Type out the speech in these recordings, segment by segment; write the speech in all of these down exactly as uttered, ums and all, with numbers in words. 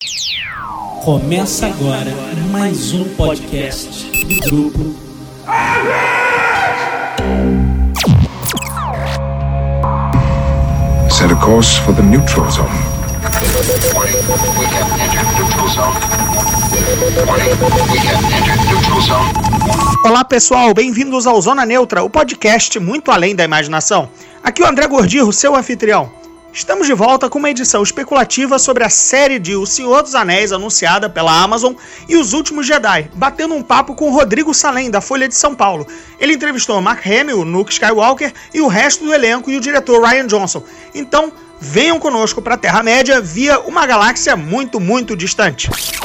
Começa agora mais um podcast do grupo Set a course for the neutral zone. Warning, we have entered neutral zone. Warning, we have entered neutral zone. Olá pessoal, bem-vindos ao Zona Neutra, o podcast muito além da imaginação. Aqui é o André Gordirro, seu anfitrião. Estamos de volta com uma edição especulativa sobre a série de O Senhor dos Anéis anunciada pela Amazon e Os Últimos Jedi, batendo um papo com o Rodrigo Salem, da Folha de São Paulo. Ele entrevistou o Mark Hamill, o Luke Skywalker e o resto do elenco e o diretor Rian Johnson. Então, venham conosco para a Terra-média via uma galáxia muito, muito distante.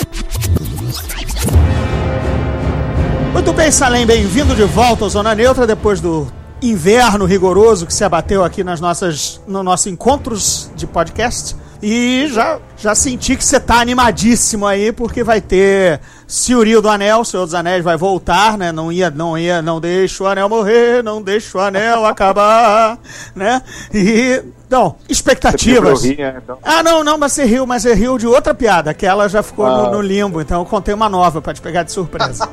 Muito bem, Salem, bem-vindo de volta ao Zona Neutra depois do inverno rigoroso que se abateu aqui nas nossas, nos nossos encontros de podcast. E já, já senti que você tá animadíssimo aí, porque vai ter Silmaril do Anel, o Senhor dos Anéis vai voltar, né? Não ia, não ia, não deixa o anel morrer, não deixa o anel acabar, né? E, não, expectativas. Rir, né, então? Ah, não, não, mas você riu, mas você riu de outra piada, que ela já ficou ah. no, no limbo, então eu contei uma nova pra te pegar de surpresa.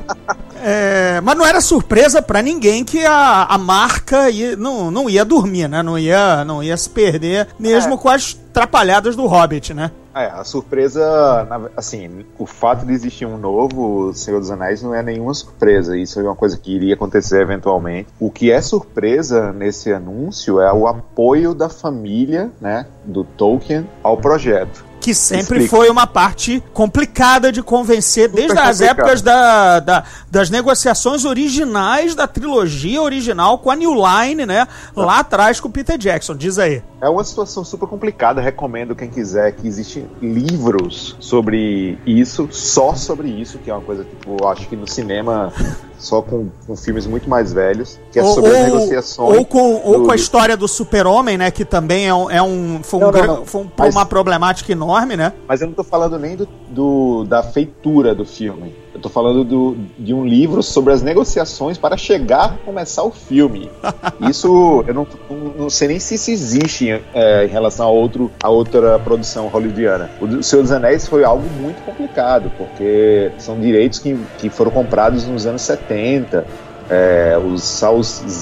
É, mas não era surpresa pra ninguém que a, a marca ia, não, não ia dormir, né? Não ia, não ia se perder, mesmo é. com as trapalhadas do Hobbit, né? É, a surpresa, assim, o fato de existir um novo Senhor dos Anéis não é nenhuma surpresa, isso é uma coisa que iria acontecer eventualmente. O que é surpresa nesse anúncio é o apoio da família, né, do Tolkien ao projeto. Que sempre Explica. foi uma parte complicada de convencer, Super desde as complicado. épocas da, da, das negociações originais da trilogia original com a New Line, né? Lá atrás com o Peter Jackson. Diz aí. É uma situação super complicada. Recomendo quem quiser que existem livros sobre isso, só sobre isso, que é uma coisa que eu acho que no cinema... só com, com filmes muito mais velhos, que é ou, sobre ou, as negociações. Ou com, do, ou com a história do Super-Homem, né? Que também é um, é um, foi, um, não, não, não. foi um, Mas, uma problemática enorme, né? Mas eu não tô falando nem do, do, da feitura do filme. Eu tô falando do, de um livro sobre as negociações para chegar a começar o filme. Isso, eu não, não sei nem se isso existe é, em relação a, outro, a outra produção hollywoodiana. O Senhor dos Anéis foi algo muito complicado, porque são direitos que, que foram comprados nos anos setenta. É, o Saul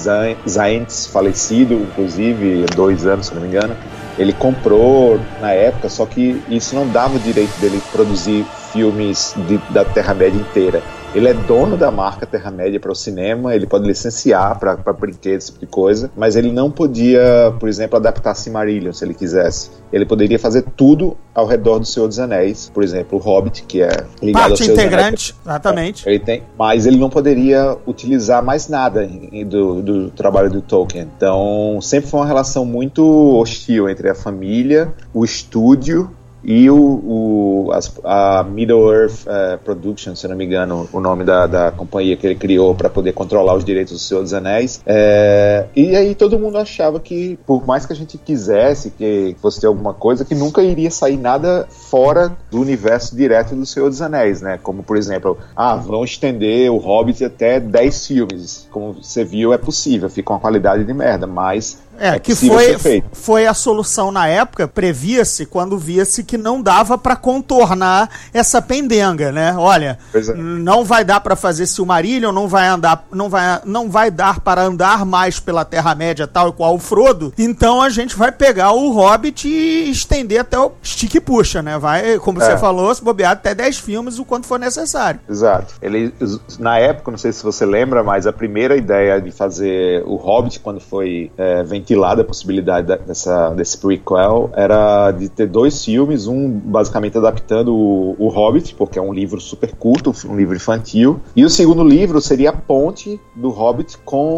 Zaentz, falecido, inclusive, há dois anos, se não me engano, ele comprou na época, só que isso não dava o direito dele produzir filmes de, da Terra-média inteira. Ele é dono da marca Terra-média para o cinema, ele pode licenciar para brinquedos, esse tipo de coisa, mas ele não podia, por exemplo, adaptar Silmarillion, se ele quisesse. Ele poderia fazer tudo ao redor do Senhor dos Anéis, por exemplo, o Hobbit, que é ligado Parte ao Senhor integrante, dos Anéis. exatamente. Ele tem, mas ele não poderia utilizar mais nada do, do trabalho do Tolkien. Então, sempre foi uma relação muito hostil entre a família, o estúdio e o, o, as, a Middle-earth uh, Productions, se não me engano, o nome da, da companhia que ele criou para poder controlar os direitos do Senhor dos Anéis. É, e aí todo mundo achava que, por mais que a gente quisesse que fosse ter alguma coisa, que nunca iria sair nada fora do universo direto do Senhor dos Anéis, né? Como, por exemplo, ah, vão estender o Hobbit até dez filmes. Como você viu, é possível, fica uma qualidade de merda, mas... É, é que foi, foi a solução na época, previa-se quando via-se que não dava pra contornar essa pendenga, né? Olha, é. não vai dar pra fazer Silmarillion, não vai andar, não vai, não vai dar para andar mais pela Terra-média tal e qual o Frodo, então a gente vai pegar o Hobbit e estender até o stick puxa, né? Vai, como é. você falou, se bobear até dez filmes o quanto for necessário. Exato. Ele, na época, não sei se você lembra, mas a primeira ideia de fazer o Hobbit, quando foi é, ventilada a possibilidade dessa, desse prequel, era de ter dois filmes, um basicamente adaptando o, o Hobbit, porque é um livro super curto, um livro infantil, e o segundo livro seria a ponte do Hobbit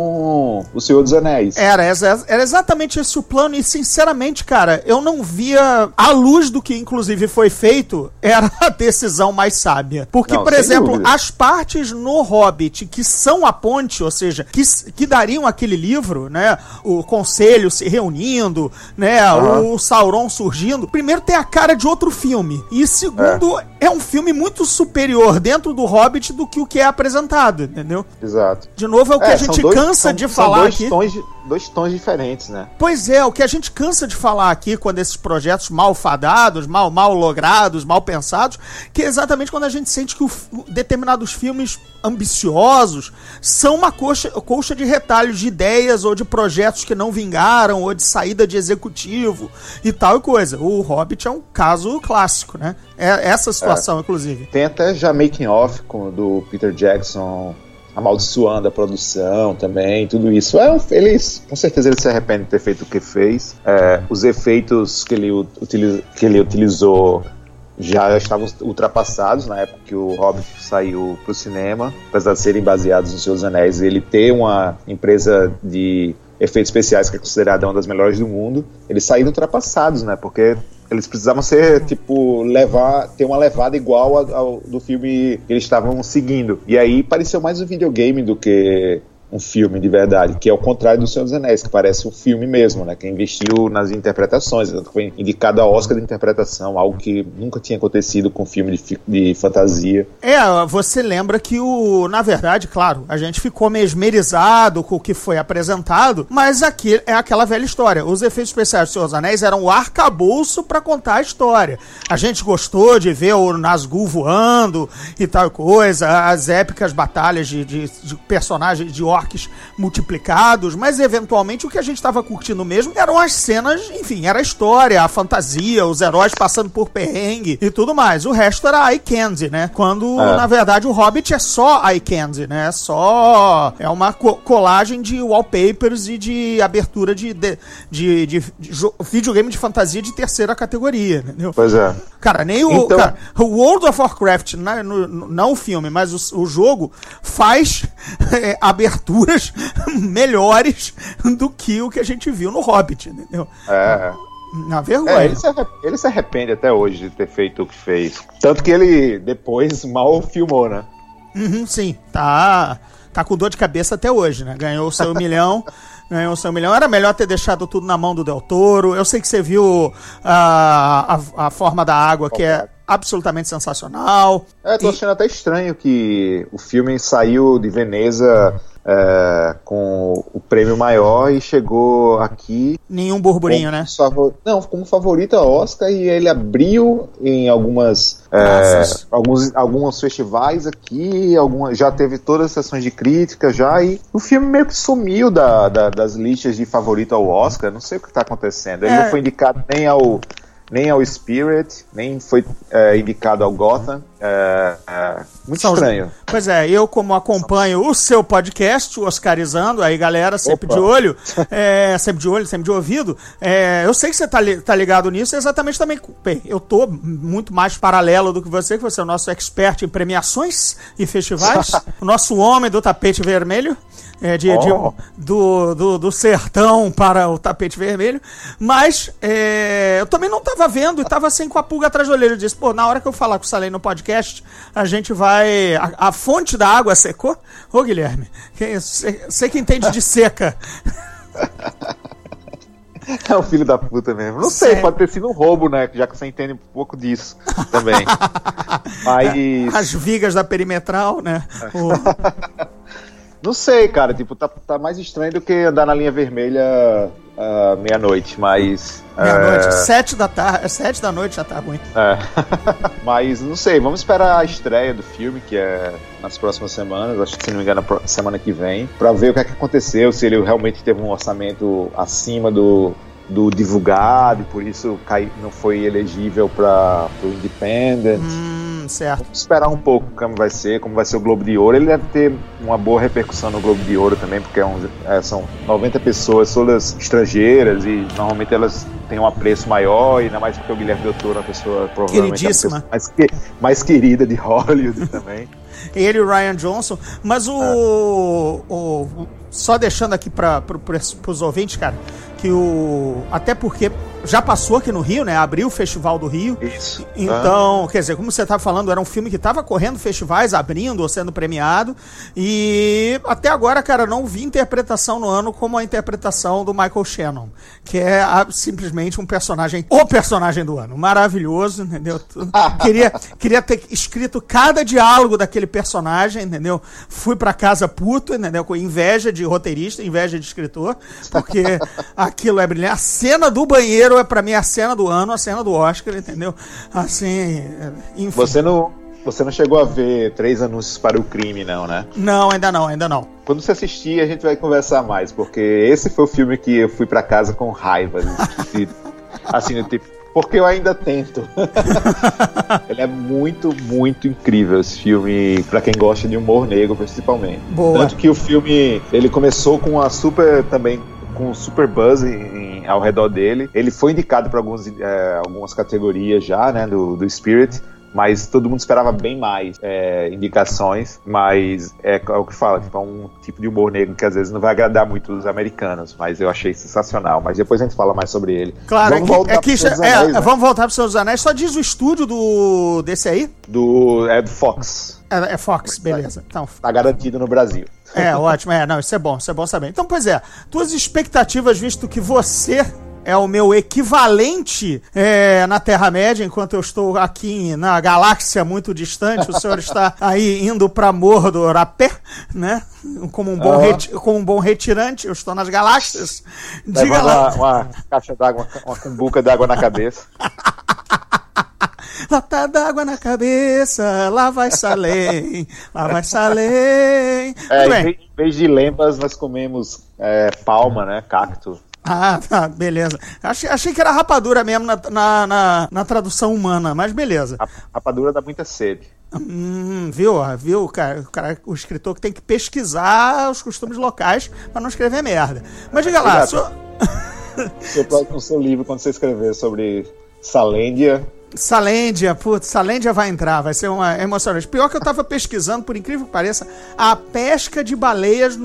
com o Senhor dos Anéis. Era, era exatamente esse o plano, e sinceramente, cara, eu não via, à luz do que inclusive foi feito, era a decisão mais sábia. Porque, não, por exemplo, dúvida. as partes no Hobbit que são a ponte, ou seja, que, que dariam aquele livro, né, o conceito conselho se reunindo, né? Uhum. O Sauron surgindo. Primeiro, tem a cara de outro filme. E segundo, é, é um filme muito superior dentro do Hobbit do que o que é apresentado, entendeu? Exato. De novo, é o que é, a gente dois, cansa são, de são falar dois aqui. Tons de, dois tons diferentes, né? Pois é, o que a gente cansa de falar aqui quando esses projetos mal fadados, mal, mal logrados, mal pensados, que é exatamente quando a gente sente que o, determinados filmes ambiciosos são uma coxa, coxa de retalhos de ideias ou de projetos que não vingaram ou de saída de executivo e tal e coisa. O Hobbit é um caso clássico, né? É essa situação, é. inclusive. Tem até já making off com, do Peter Jackson amaldiçoando a produção também, tudo isso. É, ele, com certeza ele se arrepende de ter feito o que fez. É, os efeitos que ele, utiliz, que ele utilizou já estavam ultrapassados na época que o Hobbit saiu para o cinema, apesar de serem baseados no Senhor dos Anéis. Ele ter uma empresa de efeitos especiais que é considerada uma das melhores do mundo, eles saíram ultrapassados, né? Porque eles precisavam ser, tipo, levar, ter uma levada igual ao, ao do filme que eles estavam seguindo. E aí pareceu mais um videogame do que um filme de verdade, que é o contrário do Senhor dos Anéis, que parece um filme mesmo, né? Que investiu nas interpretações, foi indicado a Oscar de interpretação, algo que nunca tinha acontecido com filme de, de fantasia. É, você lembra que o, na verdade, claro, a gente ficou mesmerizado com o que foi apresentado, mas aqui é aquela velha história. Os efeitos especiais do Senhor dos Anéis eram o arcabouço pra contar a história. A gente gostou de ver o Nazgûl voando e tal coisa, as épicas batalhas de, de, de personagens de orcs multiplicados, mas eventualmente o que a gente estava curtindo mesmo eram as cenas, enfim, era a história, a fantasia, os heróis passando por perrengue e tudo mais. O resto era eye candy, né? Quando, é. na verdade, o Hobbit é só eye candy, né? Só é uma co- colagem de wallpapers e de abertura de, de, de, de, de jo- videogame de fantasia de terceira categoria, entendeu? Pois é. Cara, nem o... Então... Cara, o World of Warcraft, não, não o filme, mas o, o jogo faz é, aberturas melhores do que o que a gente viu no Hobbit, entendeu? É. Na vergonha. É, ele, se arrepende, ele se arrepende até hoje de ter feito o que fez. Tanto que ele depois mal filmou, né? Uhum, sim, tá, tá com dor de cabeça até hoje, né? Ganhou o seu milhão... Ganhou o seu milhão. Era melhor ter deixado tudo na mão do Del Toro. Eu sei que você viu uh, a, a Forma da Água, que é absolutamente sensacional. É, tô achando e... até estranho que o filme saiu de Veneza é, com o prêmio maior e chegou aqui... Nenhum burburinho, né? Favor... Não, como favorito a Oscar, e ele abriu em algumas... É, alguns, alguns festivais aqui, algumas, já teve todas as sessões de crítica já, e o filme meio que sumiu da, da, das listas de favorito ao Oscar. Não sei o que está acontecendo. Ele é. não foi indicado nem ao, nem ao Spirit, nem foi é, indicado ao Gotham. É, é, muito São estranho. Pois é, eu como acompanho o seu podcast, o Oscarizando, aí galera, sempre Opa. de olho, é, sempre de olho, sempre de ouvido, é, eu sei que você tá, li, tá ligado nisso, exatamente também, bem, eu tô muito mais paralelo do que você, que você é o nosso expert em premiações e festivais, o nosso homem do tapete vermelho, é, de, oh. de, do, do, do sertão para o tapete vermelho, mas é, eu também não tava vendo e tava assim com a pulga atrás da orelha. Eu disse, pô, na hora que eu falar com o Salem no podcast, a gente vai... A, a fonte da água secou? Ô, Guilherme, você que entende de seca. É um filho da puta mesmo. Não sei, Sério? Pode ter sido um roubo, né? Já que você entende um pouco disso também. Mas... As vigas da perimetral, né? O... Não sei, cara. Tipo, tá, tá mais estranho do que andar na linha vermelha uh, meia-noite, mas... Meia-noite, é... sete da tarde, sete da noite já tá ruim. É. Mas, não sei, vamos esperar a estreia do filme, que é nas próximas semanas, acho que, se não me engano, semana que vem, pra ver o que é que aconteceu, se ele realmente teve um orçamento acima do, do divulgado, e por isso cai, não foi elegível para o Independent. Hum, certo. Vamos esperar um pouco como vai ser, como vai ser o Globo de Ouro. Ele deve ter uma boa repercussão no Globo de Ouro também, porque é um, é, são noventa pessoas, todas estrangeiras, e normalmente elas têm um apreço maior, e ainda mais porque o Guilherme Del Toro é uma pessoa provavelmente queridíssima, é mais, que, mais querida de Hollywood também. Ele e o Ryan Johnson, mas o, é. o, o só deixando aqui para pro, os ouvintes, cara, que o até porque já passou aqui no Rio, né? Abriu o Festival do Rio. Isso. Então, ah. quer dizer, como você estava falando, era um filme que estava correndo festivais, abrindo ou sendo premiado. E até agora, cara, não vi interpretação no ano como a interpretação do Michael Shannon, que é a, simplesmente um personagem, o personagem do ano. Maravilhoso, entendeu? queria, queria ter escrito cada diálogo daquele personagem, entendeu? Fui pra casa puto, entendeu? Com inveja de roteirista, inveja de escritor, porque aquilo é brilhante. A cena do banheiro é pra mim a cena do ano, a cena do Oscar, entendeu? Assim, enfim. Você não, você não chegou a ver Três Anúncios para o Crime, não, né? Não, ainda não, ainda não. Quando você assistir, a gente vai conversar mais, porque esse foi o filme que eu fui pra casa com raiva. Assim, tipo, porque eu ainda tento. Ele é muito, muito incrível, esse filme, pra quem gosta de humor negro, principalmente. Boa. Tanto que o filme, ele começou com uma super, também, com um super buzz em, em, ao redor dele. Ele foi indicado para é, algumas categorias já, né, do, do Spirit, mas todo mundo esperava bem mais é, indicações, mas é, é o que fala, tipo, é um tipo de humor negro que às vezes não vai agradar muito os americanos, mas eu achei sensacional, mas depois a gente fala mais sobre ele. Claro, vamos é voltar que, é que, é, Anéis, né? Vamos voltar para os Seus Anéis, só diz o estúdio do, desse aí? Do, é do Fox. É, é Fox, beleza. Então, tá garantido no Brasil. É, ótimo, é, não, isso é bom, isso é bom saber. Então, pois é, tuas expectativas, visto que você é o meu equivalente é, na Terra-média, enquanto eu estou aqui na galáxia muito distante, o senhor está aí indo para Mordor-Rapé, né? Como um, bom uhum. reti- como um bom retirante, eu estou nas galáxias. Diga lá. Uma, uma caixa d'água, uma, uma cumbuca d'água na cabeça. Lata d'água na cabeça, lá vai Salem, lá vai Salem. É, em, vez, em vez de lembas, nós comemos é, palma, né? Cacto. Ah, tá, beleza. Achei, achei que era rapadura mesmo na, na, na, na tradução humana, mas beleza. A rapadura dá muita sede. Hum, viu, viu, cara, o, cara, o escritor que tem que pesquisar os costumes locais pra não escrever merda. Mas diga lá, sua... No seu livro, quando você escrever sobre Salêndia... Salêndia, putz, Salêndia vai entrar, vai ser uma emocionante. Pior que eu tava pesquisando, por incrível que pareça, a pesca de baleias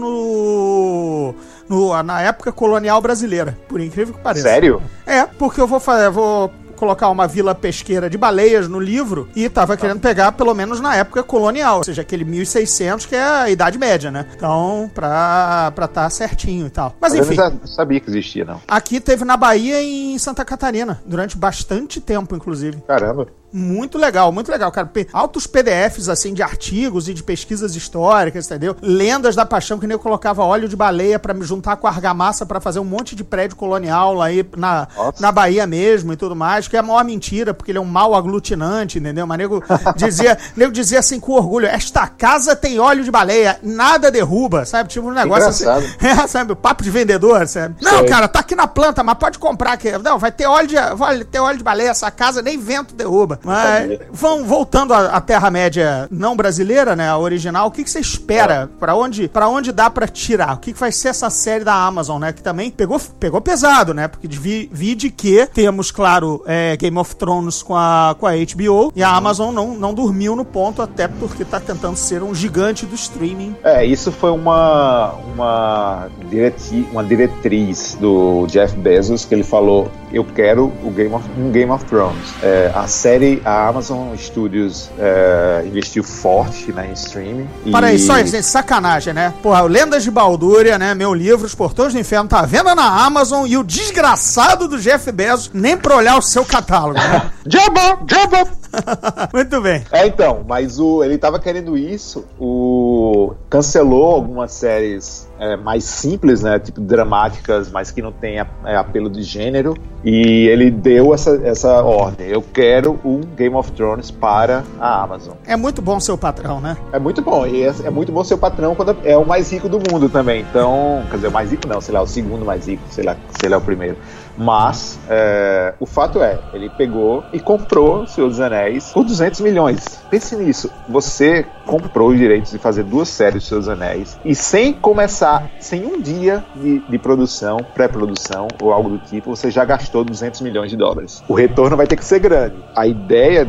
no, no na época colonial brasileira, por incrível que pareça. Sério? É, porque eu vou fazer, vou colocar uma vila pesqueira de baleias no livro e tava querendo pegar pelo menos na época colonial, ou seja, aquele mil e seiscentos que é a Idade Média, né? Então, pra pra tá certinho e tal. Mas, Mas enfim. Eu não sabia que existia, não. Aqui teve na Bahia e em Santa Catarina, durante bastante tempo, inclusive. Caramba. Muito legal, muito legal, cara. Altos P D Fs, assim, de artigos e de pesquisas históricas, entendeu? Lendas da paixão, que nem eu colocava óleo de baleia pra me juntar com a argamassa pra fazer um monte de prédio colonial lá aí na, na Bahia mesmo e tudo mais, que é a maior mentira, porque ele é um mal aglutinante, entendeu? Mas nego dizia, nego dizia assim com orgulho, esta casa tem óleo de baleia, nada derruba, sabe? Tipo um negócio assim. É, sabe? Papo de vendedor, sabe? Sei. Não, cara, tá aqui na planta, mas pode comprar aqui. Não, vai ter óleo de, vai ter óleo de baleia, essa casa nem vento derruba. Mas, vão, voltando à, à Terra-média não brasileira, né, a original, o que, que você espera? É. Pra onde, pra onde dá pra tirar? O que, que vai ser essa série da Amazon, né, que também pegou, pegou pesado, né, porque vi, vi de que temos, claro, é, Game of Thrones com a, com a H B O, e a Amazon não, não dormiu no ponto, até porque tá tentando ser um gigante do streaming. É, isso foi uma, uma, direti, uma diretriz do Jeff Bezos, que ele falou, eu quero o Game of, um Game of Thrones. É, a série, a Amazon Studios é, investiu forte, né, em streaming. Para e... aí, só gente, sacanagem, né? Porra, o Lendas de Baldúria, né, meu livro, Os Portões do Inferno, tá à venda na Amazon e o desgraçado do Jeff Bezos nem pra olhar o seu catálogo, né? Jabba, Jabba! Muito bem. É, então, mas o, ele tava querendo isso, o cancelou algumas séries é, mais simples, né, tipo dramáticas, mas que não tem a, é, apelo de gênero, e ele deu essa, essa ordem, eu quero um Game of Thrones para a Amazon. É muito bom ser o patrão, né? É muito bom, e é, é muito bom ser o patrão quando é o mais rico do mundo também, então, quer dizer, o mais rico não, sei lá, o segundo mais rico, sei lá, sei lá, o primeiro. Mas, é, o fato é, ele pegou e comprou Senhor dos Anéis por duzentos milhões. Pense nisso. Você comprou os direitos de fazer duas séries de Senhor dos Anéis e sem começar, sem um dia de, de produção, pré-produção ou algo do tipo, você já gastou duzentos milhões de dólares. O retorno vai ter que ser grande. A ideia de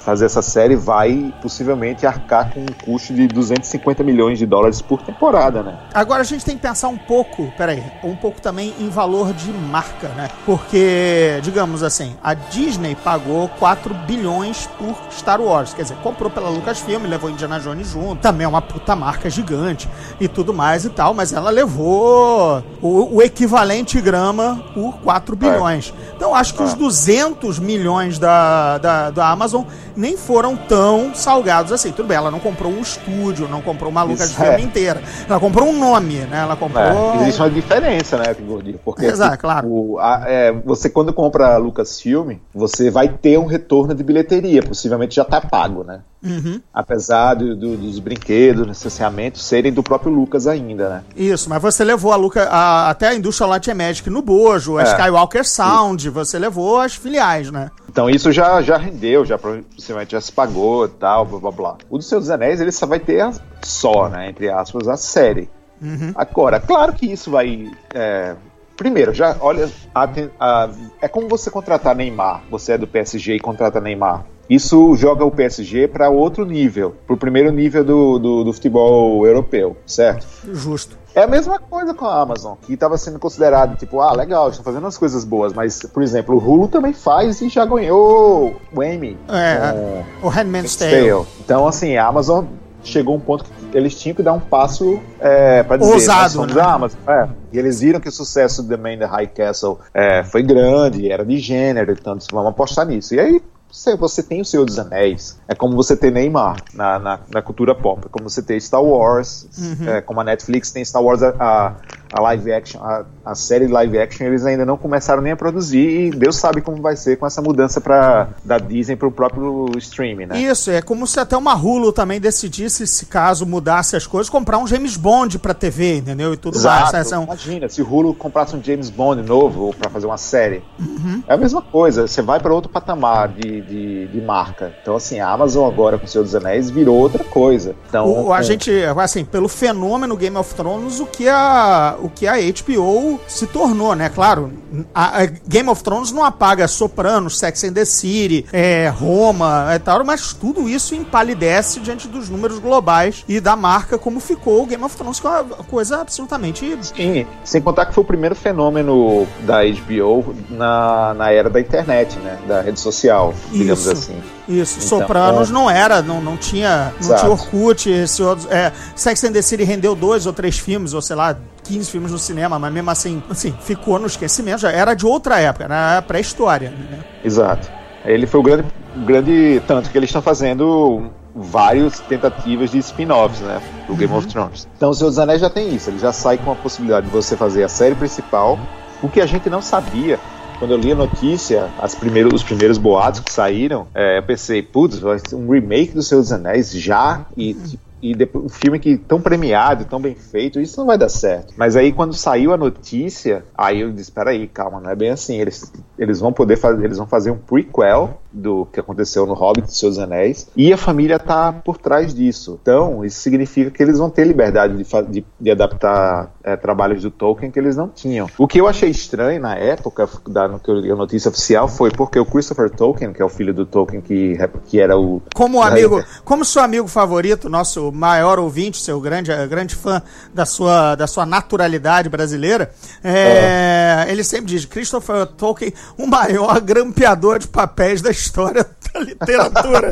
fazer essa série vai possivelmente arcar com um custo de duzentos e cinquenta milhões de dólares por temporada, né? Agora a gente tem que pensar um pouco, peraí, um pouco também em valor de marca, né? Porque, digamos assim, a Disney pagou quatro bilhões por Star Wars, quer dizer, comprou pela Lucasfilm, levou Indiana Jones junto, também é uma puta marca gigante e tudo mais e tal, mas ela levou o, o equivalente grama por quatro bilhões. É. Então acho que é. os duzentos milhões da, da, da Amazon nem foram tão salgados assim. Tudo bem, ela não comprou um estúdio, não comprou uma Lucasfilm é. inteira, ela comprou um nome, né? Ela comprou... É. Existe uma diferença, né, Gordinho? Porque Exato, tipo, claro. a, é, você quando compra a Lucasfilm, você vai ter um retorno de bilheteria, possivelmente já tá pago, né? Uhum. Apesar do, do, dos brinquedos, licenciamentos serem do próprio Lucas ainda, né? Isso, mas você levou a Luca, a, até a Industrial Light and Magic no bojo, a é. Skywalker Sound, isso. Você levou as filiais, né? Então isso já, já rendeu, já possivelmente já se pagou e tal, blá blá blá. O do Senhor dos Anéis, ele só vai ter a, só, né, entre aspas, a série. Uhum. Agora, claro que isso vai... É, primeiro, já, olha, a, a, é como você contratar Neymar, você é do P S G e contrata Neymar. Isso joga o P S G para outro nível, para o primeiro nível do, do, do futebol europeu, certo? Justo. É a mesma coisa com a Amazon, que estava sendo considerado, tipo, ah, legal, estão fazendo as coisas boas, mas, por exemplo, o Hulu também faz e já ganhou o Emmy. É, com o Handmaid's Tale. Então, assim, a Amazon chegou a um ponto que eles tinham que dar um passo é, para dizer, ousado, nós somos né? a Amazon. É. E eles viram que o sucesso do The Man in the High Castle é, foi grande, era de gênero, então vamos apostar nisso. E aí, você tem o Senhor dos Anéis, é como você ter Neymar na, na, na cultura pop, é como você ter Star Wars, uhum. é, como a Netflix tem Star Wars, a, a live action, a, a série live action, eles ainda não começaram nem a produzir e Deus sabe como vai ser com essa mudança pra, da Disney para o próprio streaming, né? Isso, é como se até uma Hulu também decidisse, se caso mudasse as coisas, comprar um James Bond pra T V, entendeu? E tudo Exato. mais. São... Imagina, se o Hulu comprasse um James Bond novo pra fazer uma série, uhum. é a mesma coisa, você vai pra outro patamar de De, de marca. Então, assim, a Amazon agora com o Senhor dos Anéis virou outra coisa. Então, o, a é... gente, assim, pelo fenômeno Game of Thrones, o que a, o que a H B O se tornou, né? Claro, a, a Game of Thrones não apaga Sopranos, Sex and the City, é, Roma e tal, mas tudo isso empalidece diante dos números globais e da marca como ficou o Game of Thrones, que é uma coisa absolutamente... Sim, sem contar que foi o primeiro fenômeno da H B O na, na era da internet, né? Da rede social, digamos isso. assim. Isso, então, Sopranos é... não era, não, não tinha, não tinha Orkut, esse outro, é, Sex and the City rendeu dois ou três filmes, ou sei lá, quinze filmes no cinema, mas mesmo assim, assim ficou no esquecimento, já era de outra época, era pré-história. Né? Exato. Ele foi o grande, grande tanto que eles estão fazendo várias tentativas de spin-offs, né, do Game uhum. of Thrones. Então o Senhor dos Anéis já tem isso, ele já sai com a possibilidade de você fazer a série principal, o que a gente não sabia. Quando eu li a notícia, as primeiros, os primeiros boatos que saíram, é, eu pensei, putz, vai ser um remake do Senhor dos Anéis já, e, e depois, um filme que tão premiado, tão bem feito, isso não vai dar certo. Mas aí quando saiu a notícia, aí eu disse, peraí, calma, não é bem assim, eles, eles vão poder fazer, eles vão fazer um prequel do que aconteceu no Hobbit dos Seus Anéis, e a família tá por trás disso. Então, isso significa que eles vão ter liberdade de, de, de adaptar é, trabalhos do Tolkien que eles não tinham. O que eu achei estranho na época, da, no que eu li a notícia oficial, foi porque o Christopher Tolkien, que é o filho do Tolkien, que, que era o... Como amigo, como seu amigo favorito, nosso maior ouvinte, seu grande, grande fã da sua, da sua naturalidade brasileira, é, é. ele sempre diz, Christopher Tolkien, o maior grampeador de papéis da história da literatura.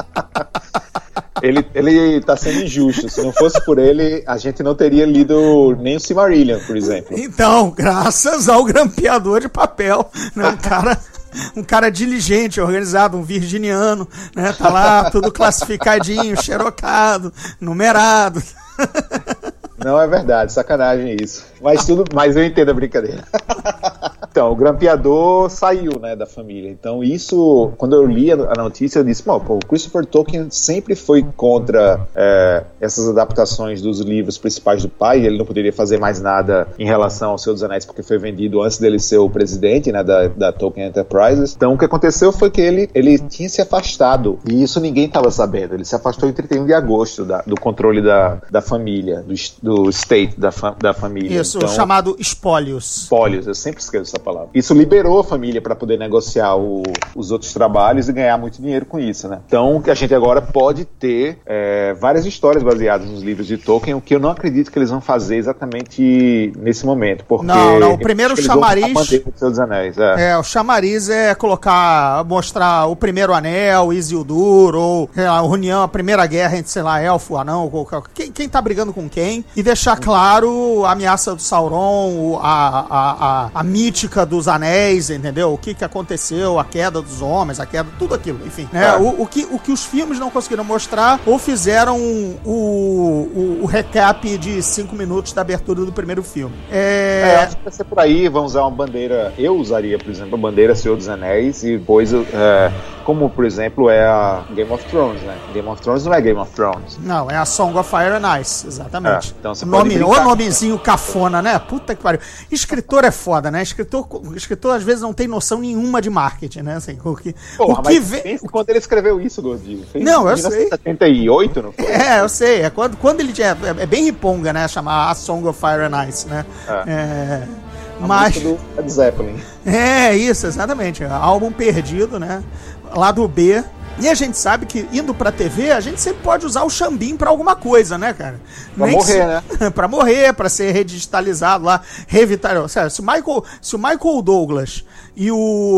Ele, ele tá sendo injusto. Se não fosse por ele, a gente não teria lido nem o Silmarillion, por exemplo. Então, graças ao grampeador de papel, né, um cara... Um cara diligente, organizado, um virginiano, né? Tá lá, tudo classificadinho, xerocado, numerado. Não é verdade, sacanagem isso. Mas, tudo, mas eu entendo a brincadeira. Então, o grampeador saiu, né, da família. Então, isso, quando eu li a notícia, eu disse, pô, o Christopher Tolkien sempre foi contra é, essas adaptações dos livros principais do pai. Ele não poderia fazer mais nada em relação ao Senhor dos Anéis, porque foi vendido antes dele ser o presidente, né, da, da Tolkien Enterprises. Então, o que aconteceu foi que ele, ele tinha se afastado. E isso ninguém estava sabendo. Ele se afastou em trinta e um de agosto da, do controle da, da família, do, do estate da, fa, da família. Isso, então, chamado espólios. Espólios, eu sempre esqueço essa essa palavra. Isso liberou a família para poder negociar o, os outros trabalhos e ganhar muito dinheiro com isso, né? Então, a gente agora pode ter é, várias histórias baseadas nos livros de Tolkien, o que eu não acredito que eles vão fazer exatamente nesse momento, porque... Não, não, o primeiro chamariz... Do Senhor dos Anéis, é. é, o chamariz é colocar, mostrar o primeiro anel, Isildur, ou sei lá, a união, a primeira guerra entre, sei lá, elfo, anão, ou, quem, quem tá brigando com quem, e deixar claro a ameaça do Sauron, a, a, a, a mítica dos anéis, entendeu? O que que aconteceu, a queda dos homens, a queda, tudo aquilo, enfim. Né? É. O, o, que, o que os filmes não conseguiram mostrar, ou fizeram o, o, o recap de cinco minutos da abertura do primeiro filme. É, é acho que vai ser por aí, vão usar uma bandeira, eu usaria, por exemplo, a bandeira Senhor dos Anéis, e depois, é, como, por exemplo, é a Game of Thrones, né? Game of Thrones não é Game of Thrones. Não, é a Song of Fire and Ice, exatamente. É, então você o nome, pode o nomezinho cafona, né? Puta que pariu. Escritor é foda, né? Escritor, escritor às vezes não tem noção nenhuma de marketing, né? Assim, o que, Porra, o que mas vê... pensa quando ele escreveu isso, Gordinho. Não, eu sei. em setenta e oito, não foi? É, eu sei. É quando, quando ele é, é bem riponga, né? Chamar a Song of Fire and Ice, né? É. é... A mas do Led Zeppelin. É, isso, exatamente. Álbum perdido, né? Lado B. E a gente sabe que, indo pra T V, a gente sempre pode usar o Xambim pra alguma coisa, né, cara? Pra Nem morrer, se... né? Pra morrer, pra ser redigitalizado lá, revitalizado. Sério, se o Michael, se o Michael Douglas e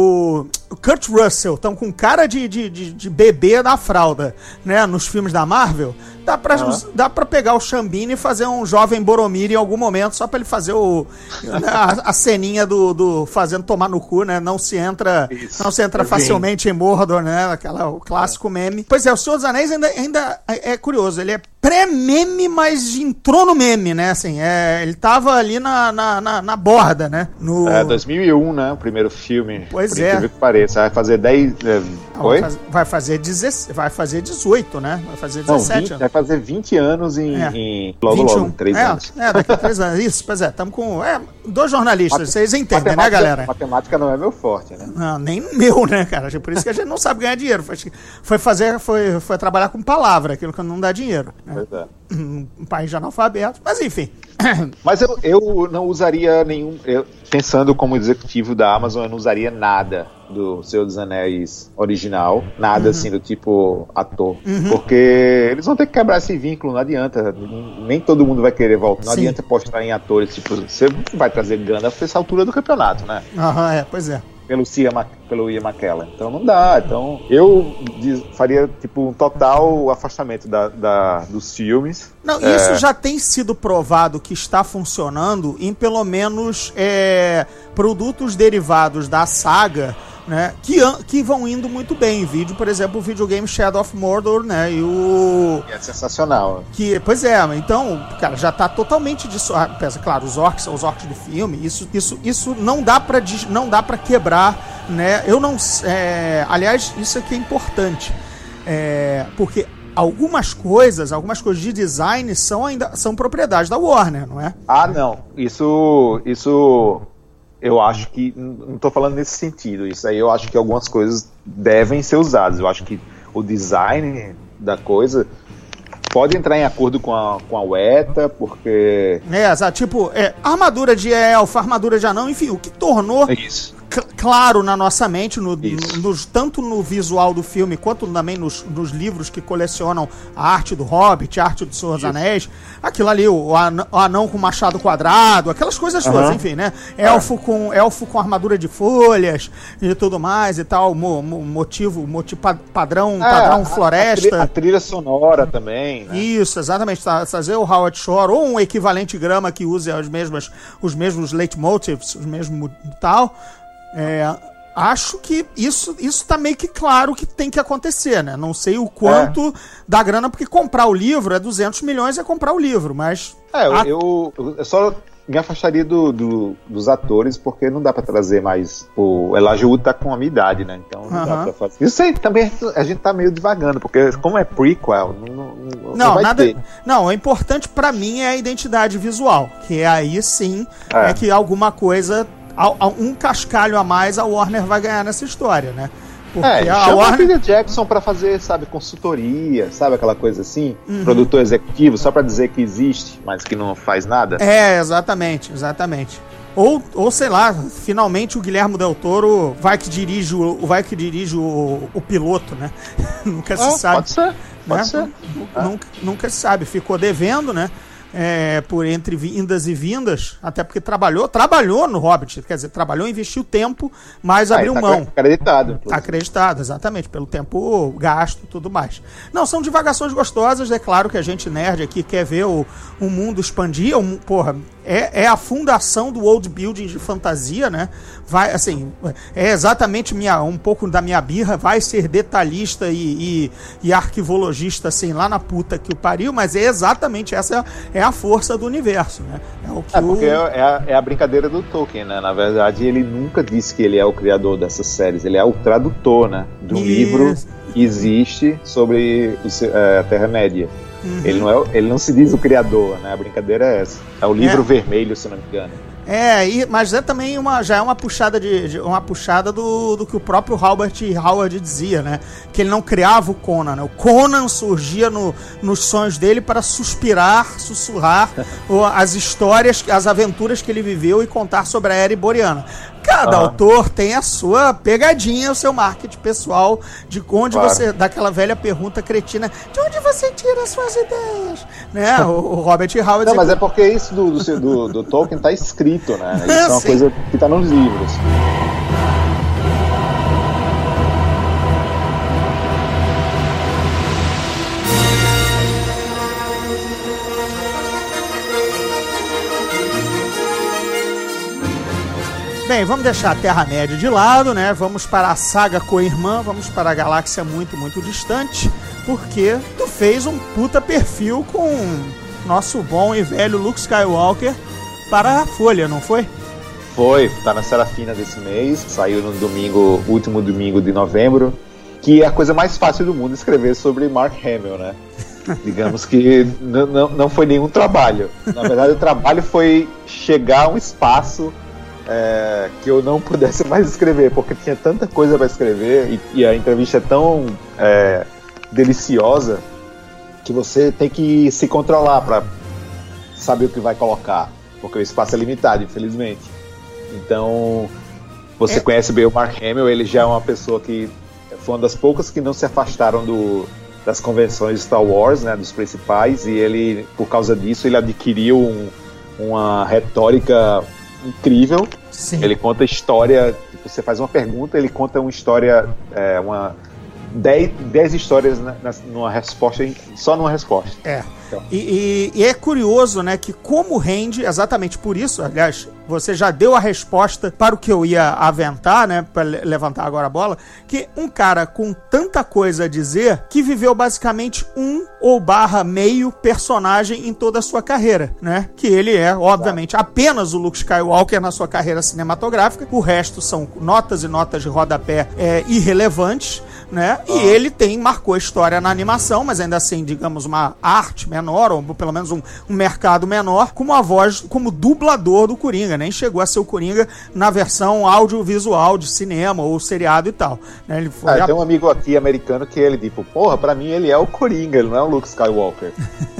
o Kurt Russell estão com cara de, de, de, de bebê na fralda, né, nos filmes da Marvel, dá pra, uhum. dá pra pegar o Xambini e fazer um jovem Boromir em algum momento, só pra ele fazer o, a, a ceninha do, do fazendo tomar no cu, né, não se entra, Isso. não se entra facilmente em Mordor, né, aquela, o clássico é. meme. Pois é, o Senhor dos Anéis ainda, ainda é curioso, ele é pré-meme, mas entrou no meme, né, assim, é, ele tava ali na, na, na, na borda, né. No... É, dois mil e um, né, o primeiro filme. Pois por é. Que pareça, vai fazer dez... É, Oi? Vai fazer, dezesseis, vai fazer dezoito, né? Vai fazer dezessete Não, vinte, anos. Vai fazer vinte anos em, é. em logo, vinte e um. logo, três é, anos. É, daqui a três anos. Isso, pois é, estamos com é, dois jornalistas, Mate, vocês entendem, né, galera? Matemática não é meu forte, né? Não, nem meu, né, cara? Por isso que a gente não sabe ganhar dinheiro. Foi, foi fazer, foi, foi trabalhar com palavra, aquilo que não dá dinheiro. Né? Pois é. Um país de analfabeto, mas enfim. Mas eu, eu não usaria nenhum... Eu, pensando como executivo da Amazon, eu não usaria nada do Senhor dos Anéis original, nada uhum. assim do tipo ator, uhum. porque eles vão ter que quebrar esse vínculo, não adianta, nem todo mundo vai querer voltar, não Sim. adianta postar em atores, tipo, você vai trazer Gandalf essa altura do campeonato, né? Aham, é, pois é. Pelo Ian, pelo Ian McKellen. Então não dá. Então eu diz, faria tipo um total afastamento da, da, dos filmes. Não, é... isso já tem sido provado que está funcionando em pelo menos é, produtos derivados da saga, né, que, que vão indo muito bem. Vídeo, por exemplo, o videogame Shadow of Mordor, né, e o... É sensacional. Que, pois é, então, cara, já tá totalmente disso. Claro, os orcs são os orcs do filme, isso, isso, isso não dá pra, não dá pra quebrar, né, eu não... É, aliás, isso aqui é importante, é, porque algumas coisas, algumas coisas de design são ainda, são propriedade da Warner, não é? Ah, não, isso... isso... Eu acho que, não estou falando nesse sentido, isso aí eu acho que algumas coisas devem ser usadas, eu acho que o design da coisa pode entrar em acordo com a, com a UETA, porque... É, tipo, é, armadura de elfo, armadura de anão, enfim, o que tornou... É isso. Claro na nossa mente, no, no, tanto no visual do filme quanto também nos, nos livros que colecionam a arte do Hobbit, a arte do Senhor dos Anéis, aquilo ali, o anão, o anão com machado quadrado, aquelas coisas todas, uhum. enfim, né? Elfo, é. com, elfo com armadura de folhas e tudo mais e tal, mo, mo, motivo, motivo padrão, é, padrão floresta. A trilha, a trilha sonora também, né? Isso, exatamente, fazer o Howard Shore ou um equivalente grama que use as mesmas, os mesmos leitmotifs, os mesmos tal. É, acho que isso, isso tá meio que claro que tem que acontecer, né? Não sei o quanto é. dá grana, porque comprar o livro é duzentos milhões, é comprar o livro, mas... É, a... eu, eu só me afastaria do, do, dos atores, porque não dá pra trazer mais... O Elijah Wood tá com a minha idade, né? Então não uh-huh. dá pra fazer... Isso aí também a gente tá meio devagando, porque como é prequel, não, não, não, não vai nada, ter. Não, o importante pra mim é a identidade visual, que aí sim é, é que alguma coisa... Um cascalho a mais a Warner vai ganhar nessa história, né? Porque é, a chama Warner... o Peter Jackson pra fazer, sabe, consultoria, sabe, aquela coisa assim, Uhum. produtor executivo, só pra dizer que existe, mas que não faz nada. É, exatamente, exatamente. Ou, ou sei lá, finalmente o Guilherme Del Toro vai que dirige o, vai que dirige o, o piloto, né? Nunca se Ah, sabe. Pode ser, pode né? ser. Nunca, nunca, nunca se sabe. Ficou devendo, né? É, por entre vindas e vindas, até porque trabalhou, trabalhou no Hobbit, quer dizer, trabalhou, investiu tempo, mas Ah, abriu tá mão. acreditado. Tá acreditado, exatamente, pelo tempo gasto e tudo mais. Não, são divagações gostosas, é claro que a gente nerd aqui quer ver o, o mundo expandir, o, porra, é, é a fundação do world building de fantasia, né? Vai, assim, é exatamente minha, um pouco da minha birra, vai ser detalhista e, e, e arquivologista, assim, lá na puta que o pariu, mas é exatamente essa é a força do universo, né? É, o que É porque o... é, a, é a brincadeira do Tolkien, né? Na verdade, ele nunca disse que ele é o criador dessas séries, ele é o tradutor, né? De um Isso. livro que existe sobre o, é, a Terra-média. Uhum. Ele, não é, ele não se diz o criador, né? A brincadeira é essa. É o livro É. vermelho, se não me engano. É, e, mas é também uma, já é uma puxada de, de- uma puxada do, do que o próprio Robert Howard dizia, né? Que ele não criava o Conan, né? O Conan surgia no, nos sonhos dele para suspirar, sussurrar o- as histórias, as aventuras que ele viveu e contar sobre a Era Iboriana. Cada Ah. autor tem a sua pegadinha, o seu marketing pessoal, de onde Claro. você, daquela velha pergunta cretina, de onde você tira as suas ideias? Né? O, o Robert Howard Não, dizia mas que- é porque isso do, do, do, do Tolkien tá escrito, né? Isso é uma Sim. coisa que tá nos livros. Bem, vamos deixar a Terra-média de lado, né? Vamos para a saga co-irmã, vamos para a galáxia muito, muito distante, porque tu fez um puta perfil com nosso bom e velho Luke Skywalker para a Folha, não foi? Foi, tá na Serafina desse mês, saiu no domingo, último domingo de novembro, que é a coisa mais fácil do mundo escrever sobre Mark Hamill, né? Digamos que n- não, não foi nenhum trabalho. Na verdade, o trabalho foi chegar a um espaço é, que eu não pudesse mais escrever, porque tinha tanta coisa para escrever e, e a entrevista é tão é, deliciosa que você tem que se controlar para saber o que vai colocar, porque o espaço é limitado, infelizmente. Então, você É. conhece bem o Mark Hamill, ele já é uma pessoa que foi uma das poucas que não se afastaram do, das convenções de Star Wars, né, dos principais, e ele, por causa disso, ele adquiriu um, uma retórica incrível. Sim. Ele conta história, tipo, você faz uma pergunta, ele conta uma história, é, uma dez, dez histórias na, na, numa resposta, só numa resposta. É. Então. E, e- e é curioso, né, que como rende, exatamente por isso, aliás, você já deu a resposta para o que eu ia aventar, né, para le- levantar agora a bola, que um cara com tanta coisa a dizer, que viveu basicamente um ou barra meio personagem em toda a sua carreira, né, que ele é, obviamente, apenas o Luke Skywalker na sua carreira cinematográfica, o resto são notas e notas de rodapé é, irrelevantes, né, e ele tem, marcou a história na animação, mas ainda assim, digamos, uma arte menor, ou pelo menos um, um mercado menor, como a voz, como dublador do Coringa, nem chegou a ser o Coringa na versão audiovisual de cinema ou seriado e tal, né, ele foi Ah, a- tem um amigo aqui americano que ele, tipo, porra, pra mim ele é o Coringa, ele não é o Luke Skywalker.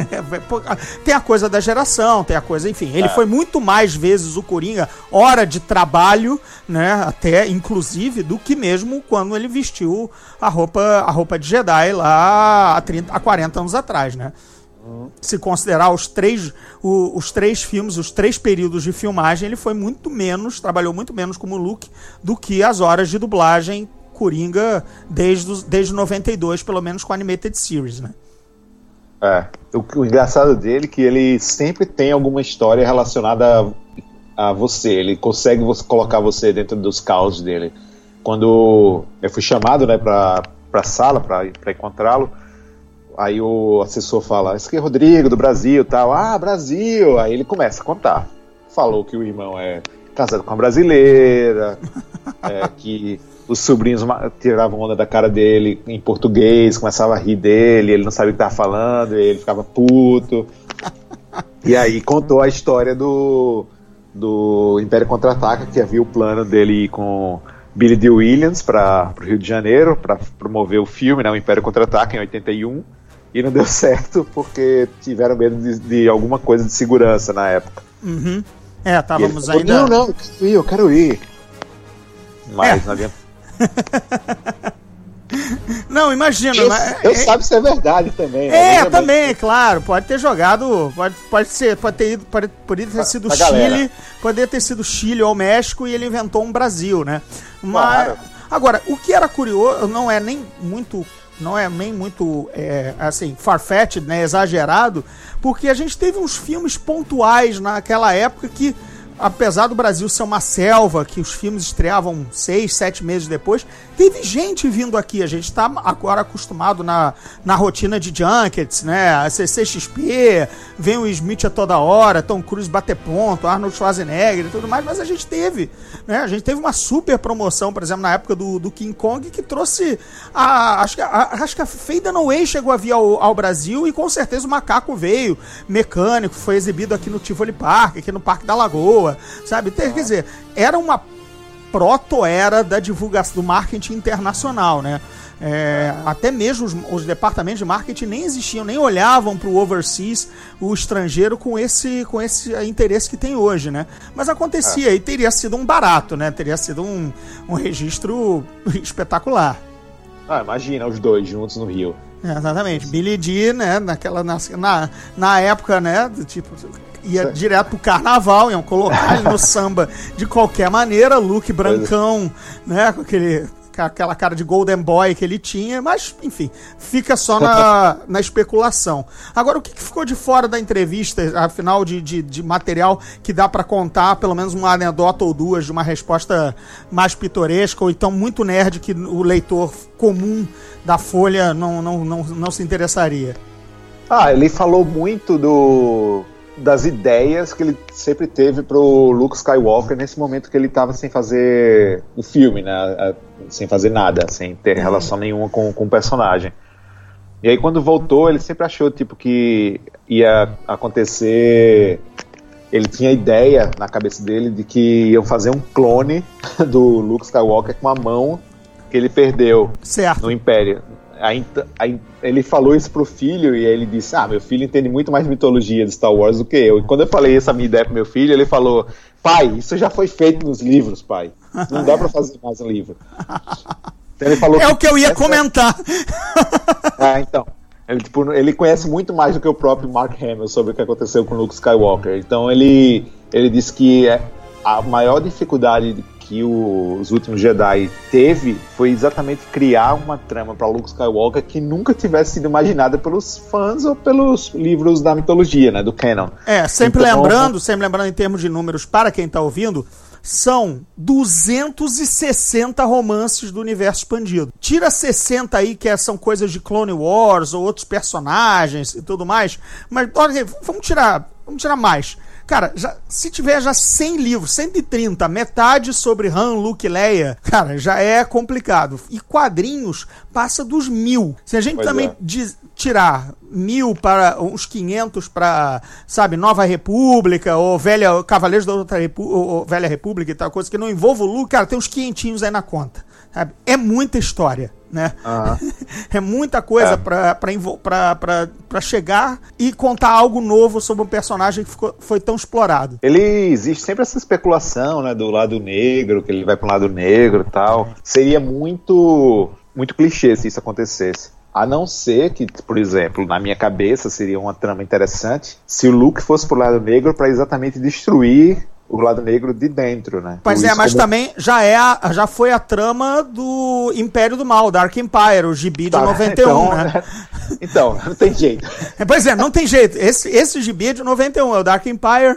tem a coisa da geração, tem a coisa, enfim, ele foi muito mais vezes o Coringa, hora de trabalho, né, até inclusive, do que mesmo quando ele vestiu a roupa, a roupa de Jedi lá há, trinta, há quarenta anos atrás, né. Se considerar os três, o- os três filmes, os três períodos de filmagem, ele foi muito menos, trabalhou muito menos como Luke do que as horas de dublagem Coringa desde, os- desde noventa e dois, pelo menos com a Animated Series, né. É. O, o engraçado dele é que ele sempre tem alguma história relacionada a, a você. Ele consegue você, colocar você dentro dos caos dele. Quando eu fui chamado, né, pra, pra sala, pra, pra encontrá-lo, aí o assessor fala, esse aqui é Rodrigo, do Brasil, tal. Ah, Brasil! Aí ele começa a contar. Falou que o irmão é casado com uma brasileira, é, que os sobrinhos ma- tiravam onda da cara dele em português, começavam a rir dele, ele não sabia o que estava falando, ele ficava puto. E aí contou a história do, do Império Contra-Ataca, que havia o plano dele ir com Billy Dee Williams para o Rio de Janeiro para promover o filme, né, o Império Contra-Ataca, em oitenta e um, e não deu certo porque tiveram medo de, de alguma coisa de segurança na época. Uhum. É, estávamos falou, ainda... Não, não, eu quero ir, eu quero ir. Mas é. não adianta. Não, imagina. Eu, mas, eu é, sabe se é verdade também. É, também, bem... claro. Pode ter jogado. Pode, pode ser, pode ter ido. Pode, poderia ter sido o Chile. Galera. Poderia ter sido Chile ou México e ele inventou um Brasil, né? Mas. Claro. Agora, o que era curioso, não é nem muito. Não é nem muito, é, assim, far-fetched, né, exagerado, porque a gente teve uns filmes pontuais naquela época que, apesar do Brasil ser uma selva, que os filmes estreavam seis, sete meses depois, teve gente vindo aqui. A gente está agora acostumado na, na rotina de junkets, né? A C C X P, vem o Smith a toda hora, Tom Cruise bater ponto, Arnold Schwarzenegger e tudo mais, mas a gente teve, né? A gente teve uma super promoção, por exemplo, na época do, do King Kong, que trouxe a, acho que a, acho que a Faye Dunaway chegou a vir ao, ao Brasil e com certeza o Macaco veio, Mecânico, foi exibido aqui no Tivoli Park, aqui no Parque da Lagoa, sabe? Quer dizer, era uma proto-era da divulgação do marketing internacional, né? É, até mesmo os, os departamentos de marketing nem existiam, nem olhavam para o overseas, o estrangeiro, com esse, com esse interesse que tem hoje, né? Mas acontecia é. e teria sido um barato, né? Teria sido um, um registro espetacular. Ah, imagina os dois juntos no Rio. É, exatamente. Billy Dee, né? Naquela, na, na, na época, né? Do tipo... ia direto pro carnaval, iam colocar ele no samba de qualquer maneira, look brancão, né, com aquele, com aquela cara de golden boy que ele tinha, mas, enfim, fica só na, na especulação. Agora, o que, que ficou de fora da entrevista, afinal de, de, de material que dá para contar, pelo menos uma anedota ou duas, de uma resposta mais pitoresca, ou então muito nerd que o leitor comum da Folha não, não, não, não se interessaria? Ah, ele falou muito do... das ideias que ele sempre teve pro Luke Skywalker nesse momento que ele tava sem fazer o filme, né? Sem fazer nada, sem ter relação nenhuma com, com o personagem. E aí quando voltou, ele sempre achou tipo que ia acontecer... Ele tinha ideia na cabeça dele de que iam fazer um clone do Luke Skywalker com a mão que ele perdeu certo. no Império. Aí, aí ele falou isso pro filho e ele disse, ah, meu filho entende muito mais mitologia de Star Wars do que eu. E quando eu falei essa minha ideia pro meu filho, ele falou, pai, isso já foi feito nos livros, pai. Não dá pra fazer mais um livro. Então ele falou é que o que eu ia essa... comentar. Ah, então. Ele, tipo, ele conhece muito mais do que o próprio Mark Hamill sobre o que aconteceu com o Luke Skywalker. Então ele, ele disse que a maior dificuldade que o, os últimos Jedi teve foi exatamente criar uma trama para Luke Skywalker que nunca tivesse sido imaginada pelos fãs ou pelos livros da mitologia, né, do canon. É, sempre então, lembrando, sempre lembrando em termos de números para quem está ouvindo, são duzentos e sessenta romances do universo expandido. Tira sessenta aí que são coisas de Clone Wars ou outros personagens e tudo mais, mas olha, vamos tirar, vamos tirar mais. Cara, já, se tiver já cem livros, cento e trinta, metade sobre Han, Luke e Leia, cara, já é complicado. E quadrinhos passa dos mil. Se a gente pois também é. de, tirar mil para uns quinhentos para, sabe, Nova República ou Velha Cavaleiros da Outra Repu, ou Velha República e tal, coisa que não envolva o Luke, cara, tem uns quinhentinhos aí na conta. Sabe? É muita história, né? Uhum. É muita coisa é. pra, pra, pra, pra, pra chegar e contar algo novo sobre um personagem que ficou, foi tão explorado. Ele existe sempre essa especulação, né, do lado negro, que ele vai pro lado negro e tal. Seria muito, muito clichê se isso acontecesse. A não ser que, por exemplo, na minha cabeça seria uma trama interessante se o Luke fosse pro lado negro para exatamente destruir o lado negro de dentro, né? Pois é, mas como... também já, é a, já foi a trama do Império do Mal, Dark Empire, o gibi de tá, noventa e um, então, né? Então, não tem jeito. Pois é, não tem jeito. Esse, esse gibi é de noventa e um, é o Dark Empire,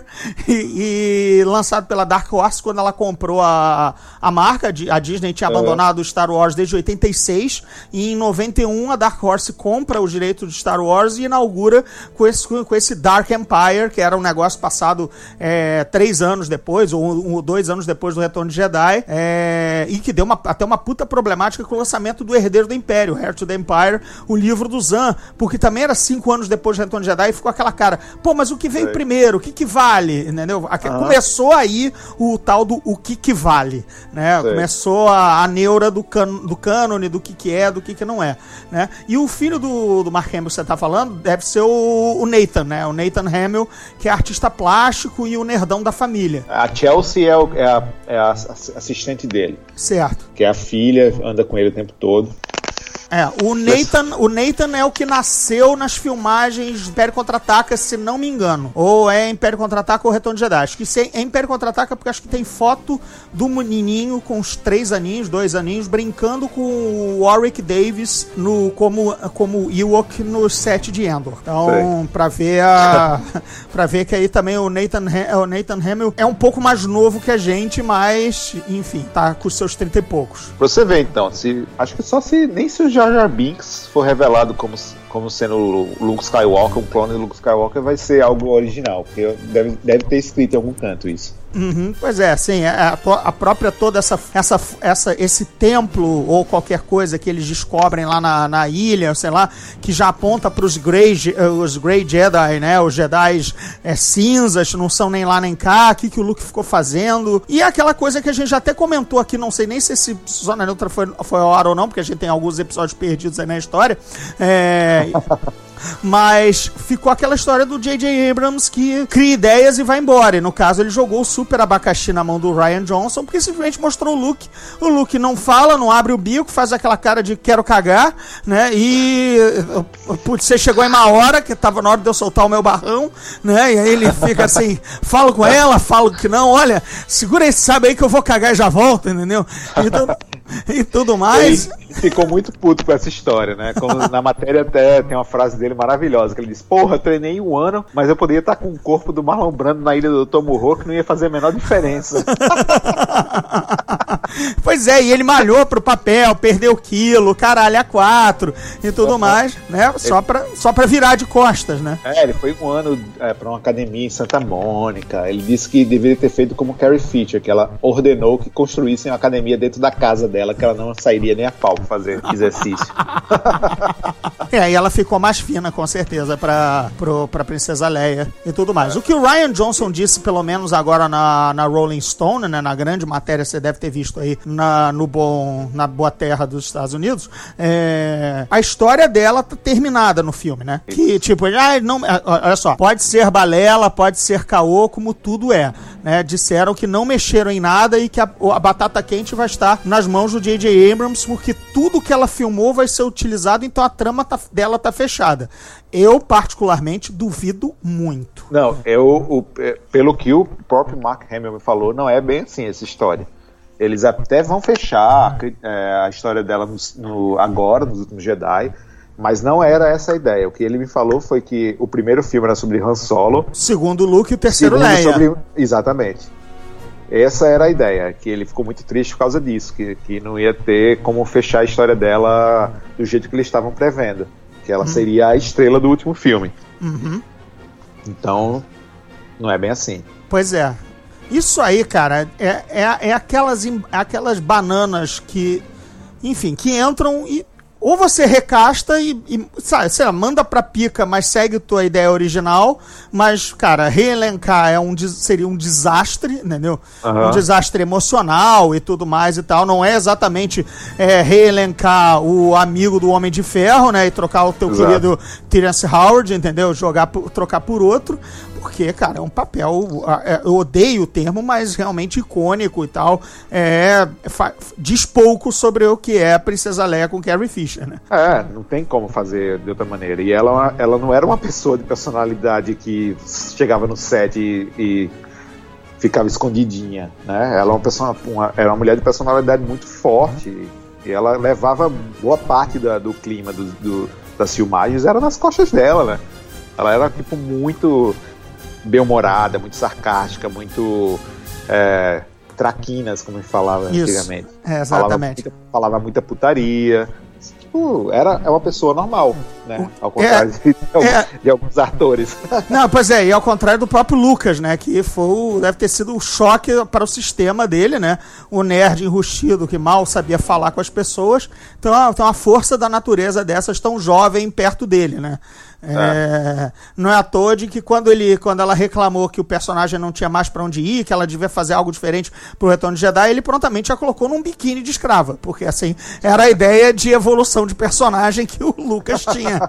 e, e lançado pela Dark Horse quando ela comprou a, a marca. A Disney tinha abandonado o Star Wars desde oitenta e seis, e em noventa e um a Dark Horse compra os direitos de Star Wars e inaugura com esse, com esse Dark Empire, que era um negócio passado é, três anos anos depois, ou um ou dois anos depois do Retorno de Jedi, é, e que deu uma, até uma puta problemática com o lançamento do Herdeiro do Império, Heir to the Empire, o livro do Zan, porque também era cinco anos depois do Retorno de Jedi e ficou aquela cara, pô, mas o que veio Sei. primeiro? O que que vale? Entendeu? Uhum. Começou aí o tal do o que que vale, né? Sei. Começou a, a neura do, can, do cânone, do que que é, do que que não é, né? E o filho do, do Mark Hamill que você tá falando deve ser o, o Nathan, né? O Nathan Hamill, que é artista plástico e o nerdão da família. A Chelsea é, o, é, a, é a assistente dele. Certo. Que é a filha, anda com ele o tempo todo. É, o Nathan, o Nathan é o que nasceu nas filmagens Império Contra-Ataca, se não me engano. Ou é Império Contra-Ataca ou Retorno de Jedi. Acho que é Império Contra-Ataca porque acho que tem foto do menininho com os três aninhos, dois aninhos, brincando com o Warwick Davis no, como, como Ewok no set de Endor. Então, pra ver a, pra ver que aí também o Nathan, o Nathan Hamill é um pouco mais novo que a gente, mas, enfim, tá com os seus trinta e poucos. Pra você ver, então, se, acho que só se, nem se o Jar Jar Binks for revelado como, como sendo o Luke Skywalker, um clone do Luke Skywalker, vai ser algo original, porque deve, deve ter escrito em algum canto isso. Uhum, pois é, sim, a, a própria toda essa, essa, essa, esse templo ou qualquer coisa que eles descobrem lá na, na ilha, sei lá, que já aponta para os Grey, os Grey Jedi, né, os Jedi é, cinzas, não são nem lá nem cá, o que, que o Luke ficou fazendo, e é aquela coisa que a gente já até comentou aqui, não sei nem se esse Zona Neutra foi, foi ao ar ou não, porque a gente tem alguns episódios perdidos aí na história, é... mas ficou aquela história do J J Abrams que cria ideias e vai embora. E no caso ele jogou o super abacaxi na mão do Rian Johnson porque simplesmente mostrou o Luke. O Luke não fala, não abre o bico, faz aquela cara de quero cagar, né? E putz, você chegou em uma hora que tava na hora de eu soltar o meu barrão, né? E aí ele fica assim, falo com ela, falo que não, olha, segura esse sabe aí que eu vou cagar e já volto, entendeu? Então, e tudo mais. Ele ficou muito puto com essa história, né? Como na matéria até tem uma frase dele maravilhosa, que ele diz, porra, eu treinei um ano, mas eu poderia estar com o corpo do Marlon Brando na ilha do doutor Murrow, que não ia fazer a menor diferença. Pois é, e ele malhou pro papel, perdeu quilo, caralho, a quatro e tudo mais, né? Só pra, só pra virar de costas, né? É, ele foi um ano é, pra uma academia em Santa Mônica. Ele disse que deveria ter feito como Carrie Fisher, que ela ordenou que construíssem uma academia dentro da casa dela, que ela não sairia nem a pau pra fazer exercício. É, e ela ficou mais fina, com certeza, pra, pro, pra Princesa Leia e tudo mais. O que o Rian Johnson disse, pelo menos agora na, na Rolling Stone, né, na grande matéria, você deve ter visto aí na, no bom, na boa terra dos Estados Unidos, é, a história dela tá terminada no filme, né? Que, tipo, ah, não, olha só, pode ser balela, pode ser caô, como tudo é, né? Disseram que não mexeram em nada e que a, a batata quente vai estar nas mãos do J J Abrams, porque tudo que ela filmou vai ser utilizado, então a trama tá, dela tá fechada. Eu, particularmente, duvido muito. Não, eu, o, pelo que o próprio Mark Hamill me falou, não é bem assim essa história. Eles até vão fechar é, a história dela no, no, agora, nos últimos Jedi, mas não era essa a ideia. O que ele me falou foi que o primeiro filme era sobre Han Solo. Segundo Luke e o terceiro Leia. Leia. Sobre, exatamente. Essa era a ideia, que ele ficou muito triste por causa disso, que, que não ia ter como fechar a história dela do jeito que eles estavam prevendo, que ela uhum. seria a estrela do último filme. Uhum. Então, não é bem assim. Pois é. Isso aí, cara, é, é, é aquelas, aquelas bananas que, enfim, que entram e ou você recasta e, e sabe, sei lá, manda pra pica, mas segue tua ideia original, mas, cara, reelencar é um, seria um desastre, entendeu? Uhum. Um desastre emocional e tudo mais e tal. Não é exatamente é, reelencar o amigo do Homem de Ferro, né? E trocar o teu Exato. querido Terrence Howard, entendeu? Jogar, trocar por outro. Porque, cara, é um papel, eu odeio o termo, mas realmente icônico e tal. É, diz pouco sobre o que é a Princesa Leia com Carrie Fisher, né? É, não tem como fazer de outra maneira. E ela, ela não era uma pessoa de personalidade que chegava no set e, e ficava escondidinha, né? Ela é uma, pessoa, uma, era uma mulher de personalidade muito forte e ela levava boa parte da, do clima do, do, das filmagens, era nas costas dela, né? Ela era, tipo, muito bem-humorada, muito sarcástica, muito é, traquinas, como a gente falava Isso. antigamente. É, exatamente. Falava muita, falava muita putaria. Tipo, era é uma pessoa normal. né? Ao contrário é, de, alguns, é, de alguns atores. Não, pois é, e ao contrário do próprio Lucas, né? Que foi, deve ter sido o choque para o sistema dele, né? O nerd enrustido que mal sabia falar com as pessoas. Então, então a força da natureza dessas tão jovem perto dele, né? É, é. Não é à toa de que quando, ele, quando ela reclamou que o personagem não tinha mais pra onde ir, que ela devia fazer algo diferente pro Retorno de Jedi, ele prontamente a colocou num biquíni de escrava, porque assim, era a ideia de evolução de personagem que o Lucas tinha.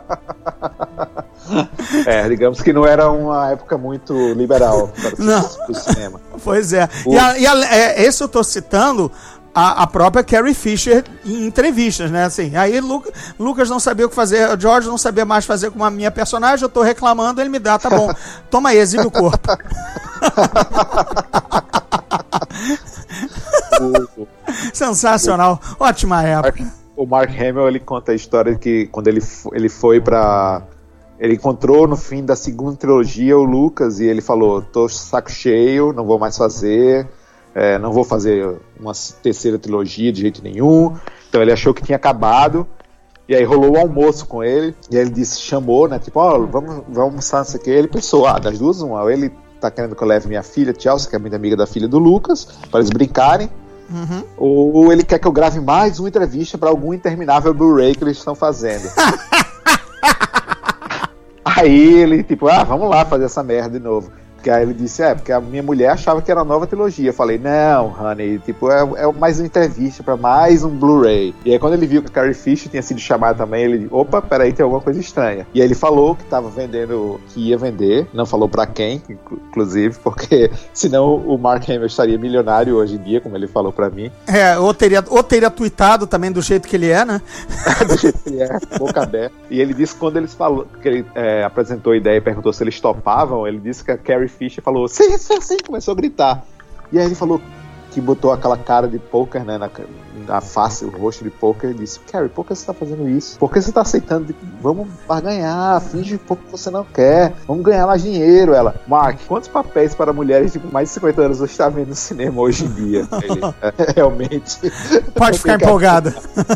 É, digamos que não era uma época muito liberal para o cinema. Pois é, o... e, a, e a, é, esse eu tô citando A, a própria Carrie Fisher em entrevistas, né? Assim, aí Lu, Lucas não sabia o que fazer, o George não sabia mais fazer com a minha personagem, eu tô reclamando, ele me dá, tá bom, toma aí, exibe o corpo. o, Sensacional, o, ótima época. Mark, o Mark Hamill, ele conta a história de que quando ele, ele foi pra... Ele encontrou no fim da segunda trilogia o Lucas e ele falou, tô saco cheio, não vou mais fazer... É, não vou fazer uma terceira trilogia de jeito nenhum. Então ele achou que tinha acabado. E aí rolou o almoço com ele. E aí ele disse, chamou, né? Tipo, ó, oh, vamos, vamos almoçar isso aqui. Ele pensou, ah, das duas, uma. Ou ele tá querendo que eu leve minha filha, Chelsea, que é muito amiga da filha do Lucas, para eles brincarem. Uhum. Ou ele quer que eu grave mais uma entrevista para algum interminável Blu-ray que eles estão fazendo. Aí ele, tipo, ah, vamos lá fazer essa merda de novo. Porque aí ele disse, é, porque a minha mulher achava que era uma nova trilogia. Eu falei, não, honey, tipo, é, é mais uma entrevista pra mais um Blu-ray. E aí quando ele viu que a Carrie Fisher tinha sido chamada também, ele, opa, peraí, tem alguma coisa estranha. E aí ele falou que tava vendendo, que ia vender, não falou pra quem, inclusive, porque senão o Mark Hamill estaria milionário hoje em dia, como ele falou pra mim. É, ou teria, ou teria tweetado também do jeito que ele é, né? Do jeito que ele é, boca aberta. E ele disse que quando eles falou, que ele é, apresentou a ideia e perguntou se eles topavam, ele disse que a Carrie Fisher falou, sim, sim, sim, começou a gritar. E aí ele falou que botou aquela cara de poker, né, na, na face, o rosto de poker, e disse, Carrie, por que você tá fazendo isso? Por que você tá aceitando? Vamos ganhar, finge pouco que você não quer, vamos ganhar mais dinheiro. Ela, Mark, quantos papéis para mulheres de mais de cinquenta anos você está vendo no cinema hoje em dia? Ele, é, realmente... Pode ficar empolgada.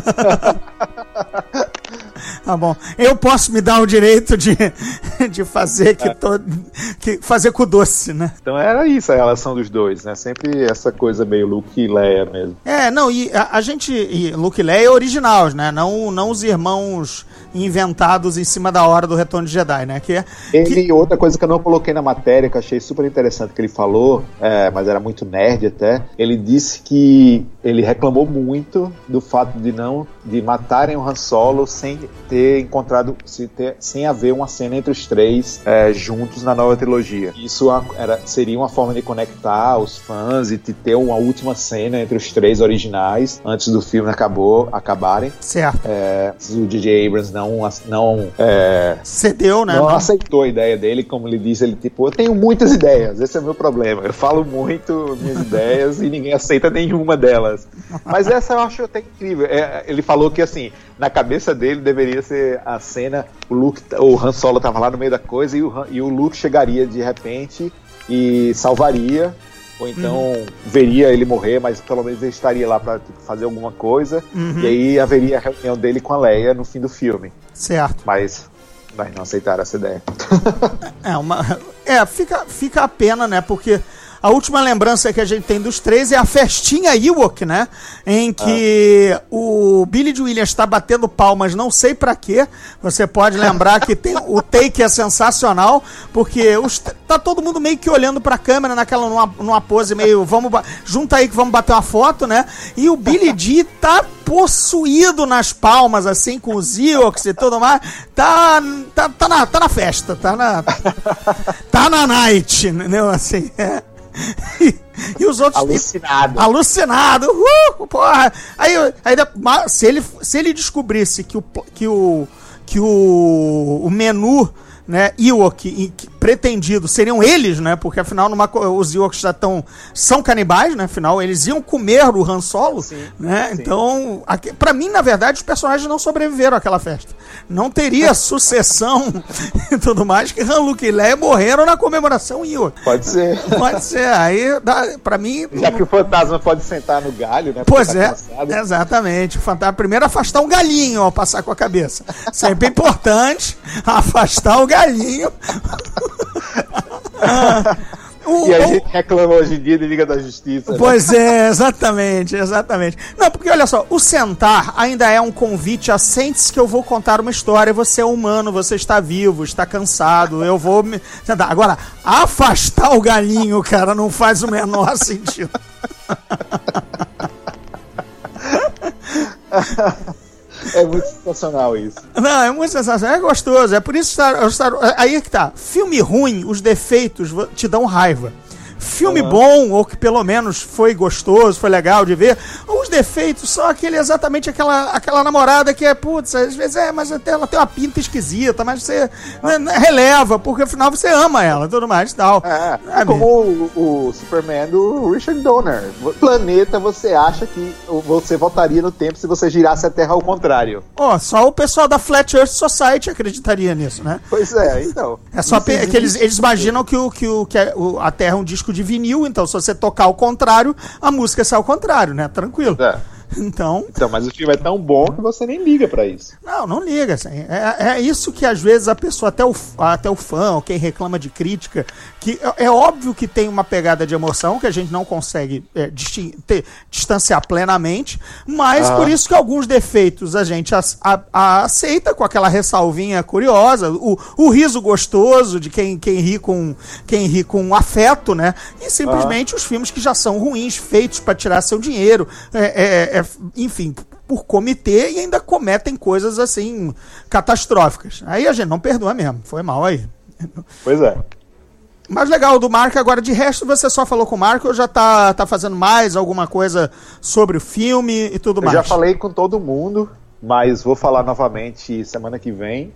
Tá bom. Eu posso me dar o direito de, de fazer que, to, que fazer com o doce, né? Então era isso a relação dos dois, né? Sempre essa coisa meio Luke e Leia mesmo. É, não, e a, a gente... E Luke e Leia originais, né? Não, não os irmãos inventados em cima da hora do Retorno de Jedi, né? Que, ele, que... outra coisa que eu não coloquei na matéria, que eu achei super interessante que ele falou, é, mas era muito nerd até, ele disse que ele reclamou muito do fato de não de matarem o Han Solo sem ter encontrado, sem, ter, sem haver uma cena entre os três é, juntos na nova trilogia. Isso era, seria uma forma de conectar os fãs e de ter uma última cena entre os três originais antes do filme acabou, acabarem. Certo. É, o J J Abrams não, não é, cedeu, né? Não, não aceitou a ideia dele, como ele disse, ele tipo, eu tenho muitas ideias, esse é o meu problema, eu falo muito minhas ideias e ninguém aceita nenhuma delas. Mas essa eu acho até incrível. É, ele falou que assim, na cabeça dele deveria ser a cena, o Luke, o Han Solo tava lá no meio da coisa e o, Han, e o Luke chegaria de repente e salvaria, ou então uhum. veria ele morrer, mas pelo menos ele estaria lá pra tipo, fazer alguma coisa, uhum. e aí haveria a reunião dele com a Leia no fim do filme. Certo. Mas, mas não aceitaram essa ideia. É, uma, é fica, fica a pena, né, porque a última lembrança que a gente tem dos três é a festinha Ewok, né? Em que ah. o Billy Dee Williams está batendo palmas, não sei pra quê. Você pode lembrar que tem, o take é sensacional, porque os, tá todo mundo meio que olhando pra câmera naquela, numa, numa pose meio, vamos, junta aí que vamos bater uma foto, né? E o Billy Dee tá possuído nas palmas, assim, com os Ewoks e tudo mais. Tá, tá, tá, na, tá na festa, tá na, tá na night, entendeu? Assim, é. E, e os outros alucinado alucinado uh, porra. Aí, aí se, ele, se ele descobrisse que o, que o, que o, o menu, né, Ewok pretendido seriam eles, né? Porque afinal numa, os Ewoks já estão são canibais, né? Afinal eles iam comer o Han Solo, sim, né? Sim. Então, aqui, pra mim na verdade os personagens não sobreviveram àquela festa. Não teria sucessão e tudo mais que Han, Luke e Leia morreram na comemoração Ewok. Pode ser. Pode ser. Aí dá, pra mim já que o fantasma pode sentar no galho, né? Pois tá é, cansado. Exatamente. O fantasma primeiro afastar um galinho ao passar com a cabeça. Sempre é importante afastar o galinho. ah, o, e a o... gente reclama hoje em dia de Liga da Justiça. Pois né? é, exatamente, exatamente. Não, porque olha só, o sentar ainda é um convite a sente-se que eu vou contar uma história, você é humano, você está vivo, está cansado, eu vou me sentar. Agora, afastar o galinho, cara, não faz o menor sentido. É muito sensacional isso. Não, é muito sensacional, é gostoso. É por isso que Star, aí é que tá. Filme ruim, os defeitos te dão raiva. Filme uhum. bom, ou que pelo menos foi gostoso, foi legal de ver, os defeitos são aquele, exatamente aquela, aquela namorada que é, putz, às vezes é, mas até ela tem uma pinta esquisita, mas você uhum. né, releva, porque afinal você ama ela e tudo mais e tal. É, é como o, o Superman do Richard Donner. Planeta, você acha que você voltaria no tempo se você girasse a Terra ao contrário? Ó, oh, só o pessoal da Flat Earth Society acreditaria nisso, né? Pois é, então. É só pe- que eles, eles imaginam que, o, que, o, que a, o, a Terra é um disco de vinil, então se você tocar ao contrário, a música sai ao contrário, né? Tranquilo. É. Então... então, mas o filme é tão bom que você nem liga pra isso. Não, não liga. Assim. É, é isso que às vezes a pessoa, até o, até o fã, ou quem reclama de crítica, que é, é óbvio que tem uma pegada de emoção que a gente não consegue é, distin- ter, distanciar plenamente, mas ah. por isso que alguns defeitos a gente a, a, a aceita com aquela ressalvinha curiosa, o, o riso gostoso de quem, quem, ri com, quem ri com afeto, né? E simplesmente ah. os filmes que já são ruins, feitos para tirar seu dinheiro, é, é, é enfim, por cometer e ainda cometem coisas assim catastróficas. Aí a gente não perdoa mesmo, foi mal aí. Pois é. Mas legal do Marco, agora de resto você só falou com o Marco ou já tá, tá fazendo mais alguma coisa sobre o filme e tudo eu mais? Já falei com todo mundo, mas vou falar novamente semana que vem.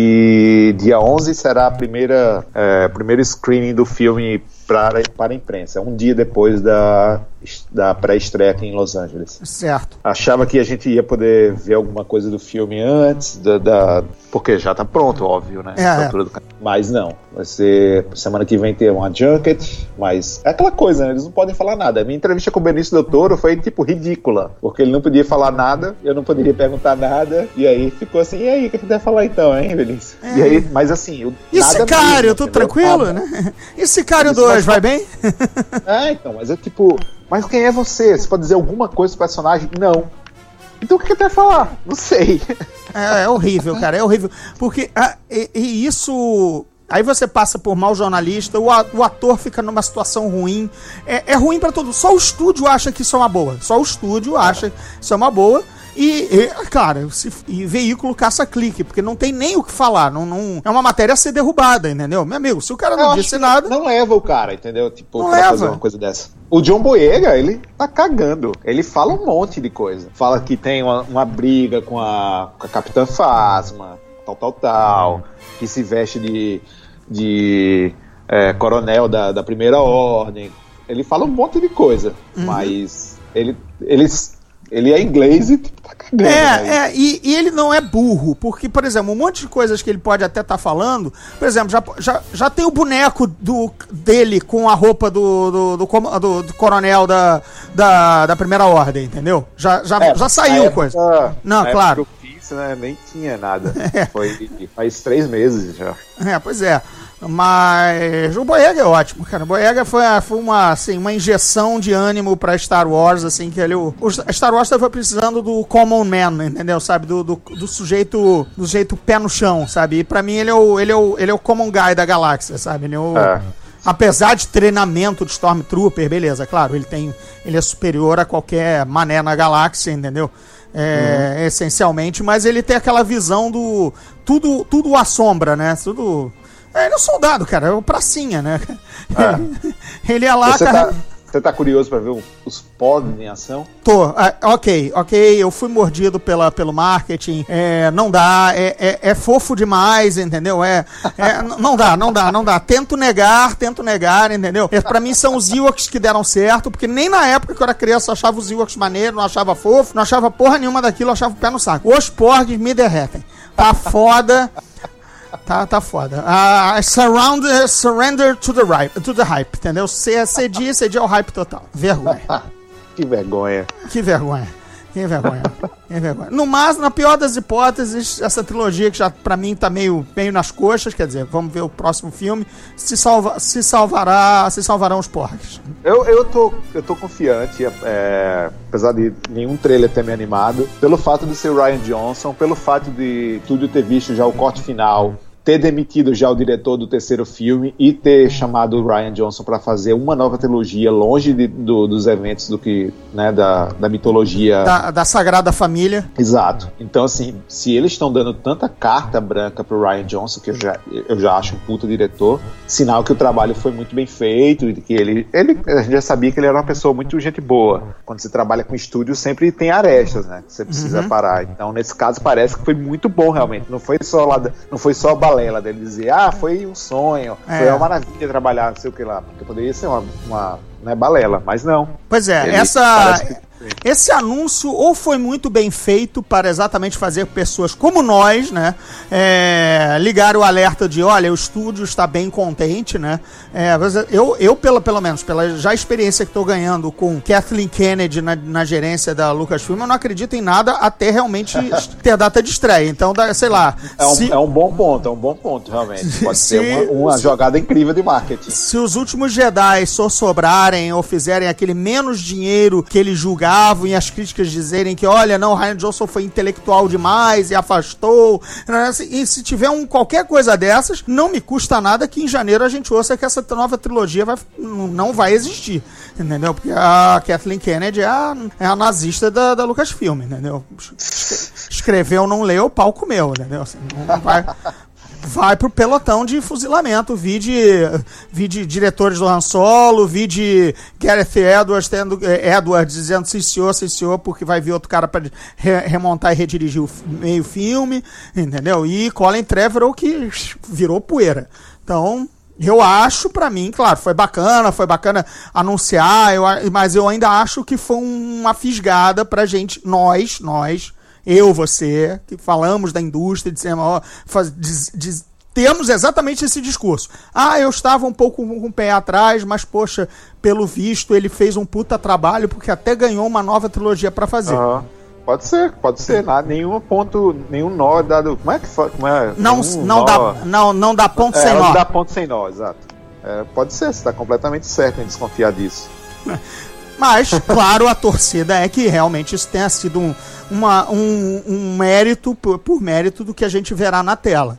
E dia onze será a primeira, é, primeiro screening do filme para, para a imprensa, um dia depois da, da pré-estreia aqui em Los Angeles. Certo. Achava que a gente ia poder ver alguma coisa do filme antes, da, da, porque já tá pronto, óbvio, né? É, é. Do... Mas não, vai ser semana que vem ter uma junket, mas é aquela coisa, né? Eles não podem falar nada. A minha entrevista com o Benício Del Toro foi, tipo, ridícula, porque ele não podia falar nada, eu não poderia perguntar nada, e aí ficou assim, e aí, o que você deve falar então, hein, Benício? É. E aí, mas assim... Eu, e Sicário, tudo tranquilo, nada. né? E Sicário dois, vai bem? É, então, mas é tipo... Mas quem é você? Você pode dizer alguma coisa do personagem? Não. Então o que quer falar? Não sei. É, é horrível, cara, é horrível. Porque ah, e, e isso... Aí você passa por mau jornalista, o, a, o ator fica numa situação ruim. É, é ruim pra todo. Só o estúdio acha que isso é uma boa. Só o estúdio acha que isso é uma boa. E, e cara, se, e veículo caça-clique, porque não tem nem o que falar. Não, não, é uma matéria a ser derrubada, entendeu? Meu amigo, se o cara não Eu disse nada... Não leva o cara, entendeu? Tipo, não pra leva. fazer uma coisa dessa. O John Boyega, ele tá cagando. Ele fala um monte de coisa. Fala que tem uma, uma briga com a, com a Capitã Phasma, tal, tal, tal. Que se veste de, de é, coronel da, da Primeira Ordem. Ele fala um monte de coisa. Uhum. Mas ele... eles Ele é inglês e tá cagando. É, né? é e, e ele não é burro, porque, por exemplo, um monte de coisas que ele pode até estar tá falando, por exemplo, já, já, já tem o boneco do, dele com a roupa do, do, do, do, do coronel da, da, da Primeira Ordem, entendeu? Já, já, é, já saiu época, coisa. Não, claro. Que eu fiz, né, nem tinha nada. É. Foi faz três meses já. É, pois é. Mas o Boyega é ótimo, cara. O Boyega foi, foi uma, assim, uma injeção de ânimo pra Star Wars, assim, que ele... O, o Star Wars estava precisando do common man, entendeu? Sabe? Do, do, do sujeito do sujeito pé no chão, sabe? E pra mim ele é o, ele é o, ele é o common guy da galáxia, sabe? Ele é o... É. Apesar de treinamento de Stormtrooper, beleza, claro, ele tem, ele é superior a qualquer mané na galáxia, entendeu? É, uhum. Essencialmente, mas ele tem aquela visão do... Tudo, tudo assombra, né? Tudo... É, ele é um soldado, cara, é o pracinha, né? É. Ele é lá... Você cara... tá, Você tá curioso pra ver o, os Porgs em ação? Tô, ah, ok, ok, eu fui mordido pela, pelo marketing, é, não dá, é, é, é fofo demais, entendeu? É, é, não dá, não dá, não dá. Tento negar, tento negar, entendeu? É, pra mim são os Ewoks que deram certo, porque nem na época que eu era criança eu achava os Ewoks maneiros, não achava fofo, não achava porra nenhuma daquilo, eu achava o pé no saco. Os Porgs me derretem. Tá foda. Tá, tá foda. Uh, surround, uh, surrender to the, hype, to the hype, entendeu? Cedi, cedi ao hype total. Vergonha. Que vergonha. Que vergonha. Que vergonha. Que vergonha. No mais, na pior das hipóteses, essa trilogia que já pra mim tá meio, meio nas coxas, quer dizer, vamos ver o próximo filme, se, salva, se, salvará, se salvarão os porcos. Eu, eu, tô, eu tô confiante, é, apesar de nenhum trailer ter me animado, pelo fato de ser o Rian Johnson, pelo fato de tudo ter visto já o corte final, ter demitido já o diretor do terceiro filme e ter chamado o Rian Johnson para fazer uma nova trilogia longe de, do, dos eventos do que, né, da, da mitologia da, da Sagrada Família. Exato. Então, assim, se eles estão dando tanta carta branca pro Rian Johnson, que eu já, eu já acho um puta diretor, sinal que o trabalho foi muito bem feito e que ele, ele a gente já sabia que ele era uma pessoa muito gente boa. Quando você trabalha com estúdio, sempre tem arestas, né, que você precisa uhum. parar. Então, nesse caso, parece que foi muito bom, realmente. Não foi só lá, não foi só a balela dele dizer, ah, foi um sonho, é. foi uma maravilha trabalhar, não sei o que lá, porque poderia ser uma, uma né, balela, mas não. Pois é, Ele essa... Que... Esse anúncio ou foi muito bem feito para exatamente fazer pessoas como nós, né, é, ligar o alerta de, olha, o estúdio está bem contente, né, é, eu, eu pelo, pelo menos, pela já experiência que estou ganhando com Kathleen Kennedy na, na gerência da Lucasfilm, eu não acredito em nada até realmente ter data de estreia, então, sei lá. É um, se... é um bom ponto, é um bom ponto, realmente, pode se, ser uma, uma se, jogada incrível de marketing. Se os últimos Jedi só sobrarem ou fizerem aquele menos dinheiro que eles julgaram e as críticas dizerem que, olha, não, Rian Johnson foi intelectual demais e afastou, e se tiver um, qualquer coisa dessas, não me custa nada que em janeiro a gente ouça que essa nova trilogia vai, não vai existir, entendeu? Porque a Kathleen Kennedy é a, é a nazista da, da Lucasfilm, entendeu? Escreveu, não leu, pau comeu, entendeu? Assim, não vai... Vai pro pelotão de fuzilamento, vi de, vi de diretores do Han Solo, vi de Gareth Edwards, tendo, Edwards dizendo sim senhor, sim senhor, porque vai vir outro cara para re, remontar e redirigir o meio filme, entendeu? E Colin Trevorrow que virou poeira. Então, eu acho, pra mim, claro, foi bacana, foi bacana anunciar, eu, mas eu ainda acho que foi uma fisgada pra gente, nós, nós, eu, você, que falamos da indústria, dizemos, ó, faz, diz, diz, temos exatamente esse discurso. Ah, eu estava um pouco com o pé atrás, mas, poxa, pelo visto, ele fez um puta trabalho, porque até ganhou uma nova trilogia para fazer. Uhum. Pode ser, pode ser. Nada, nenhum ponto, nenhum nó dado. Como é que como é? Não, não, nó, dá, não, não dá ponto é, sem nó. Não dá ponto sem nó, exato. É, pode ser, você está completamente certo em desconfiar disso. Mas, claro, a torcida é que realmente isso tenha sido um, uma, um, um mérito, por, por mérito do que a gente verá na tela.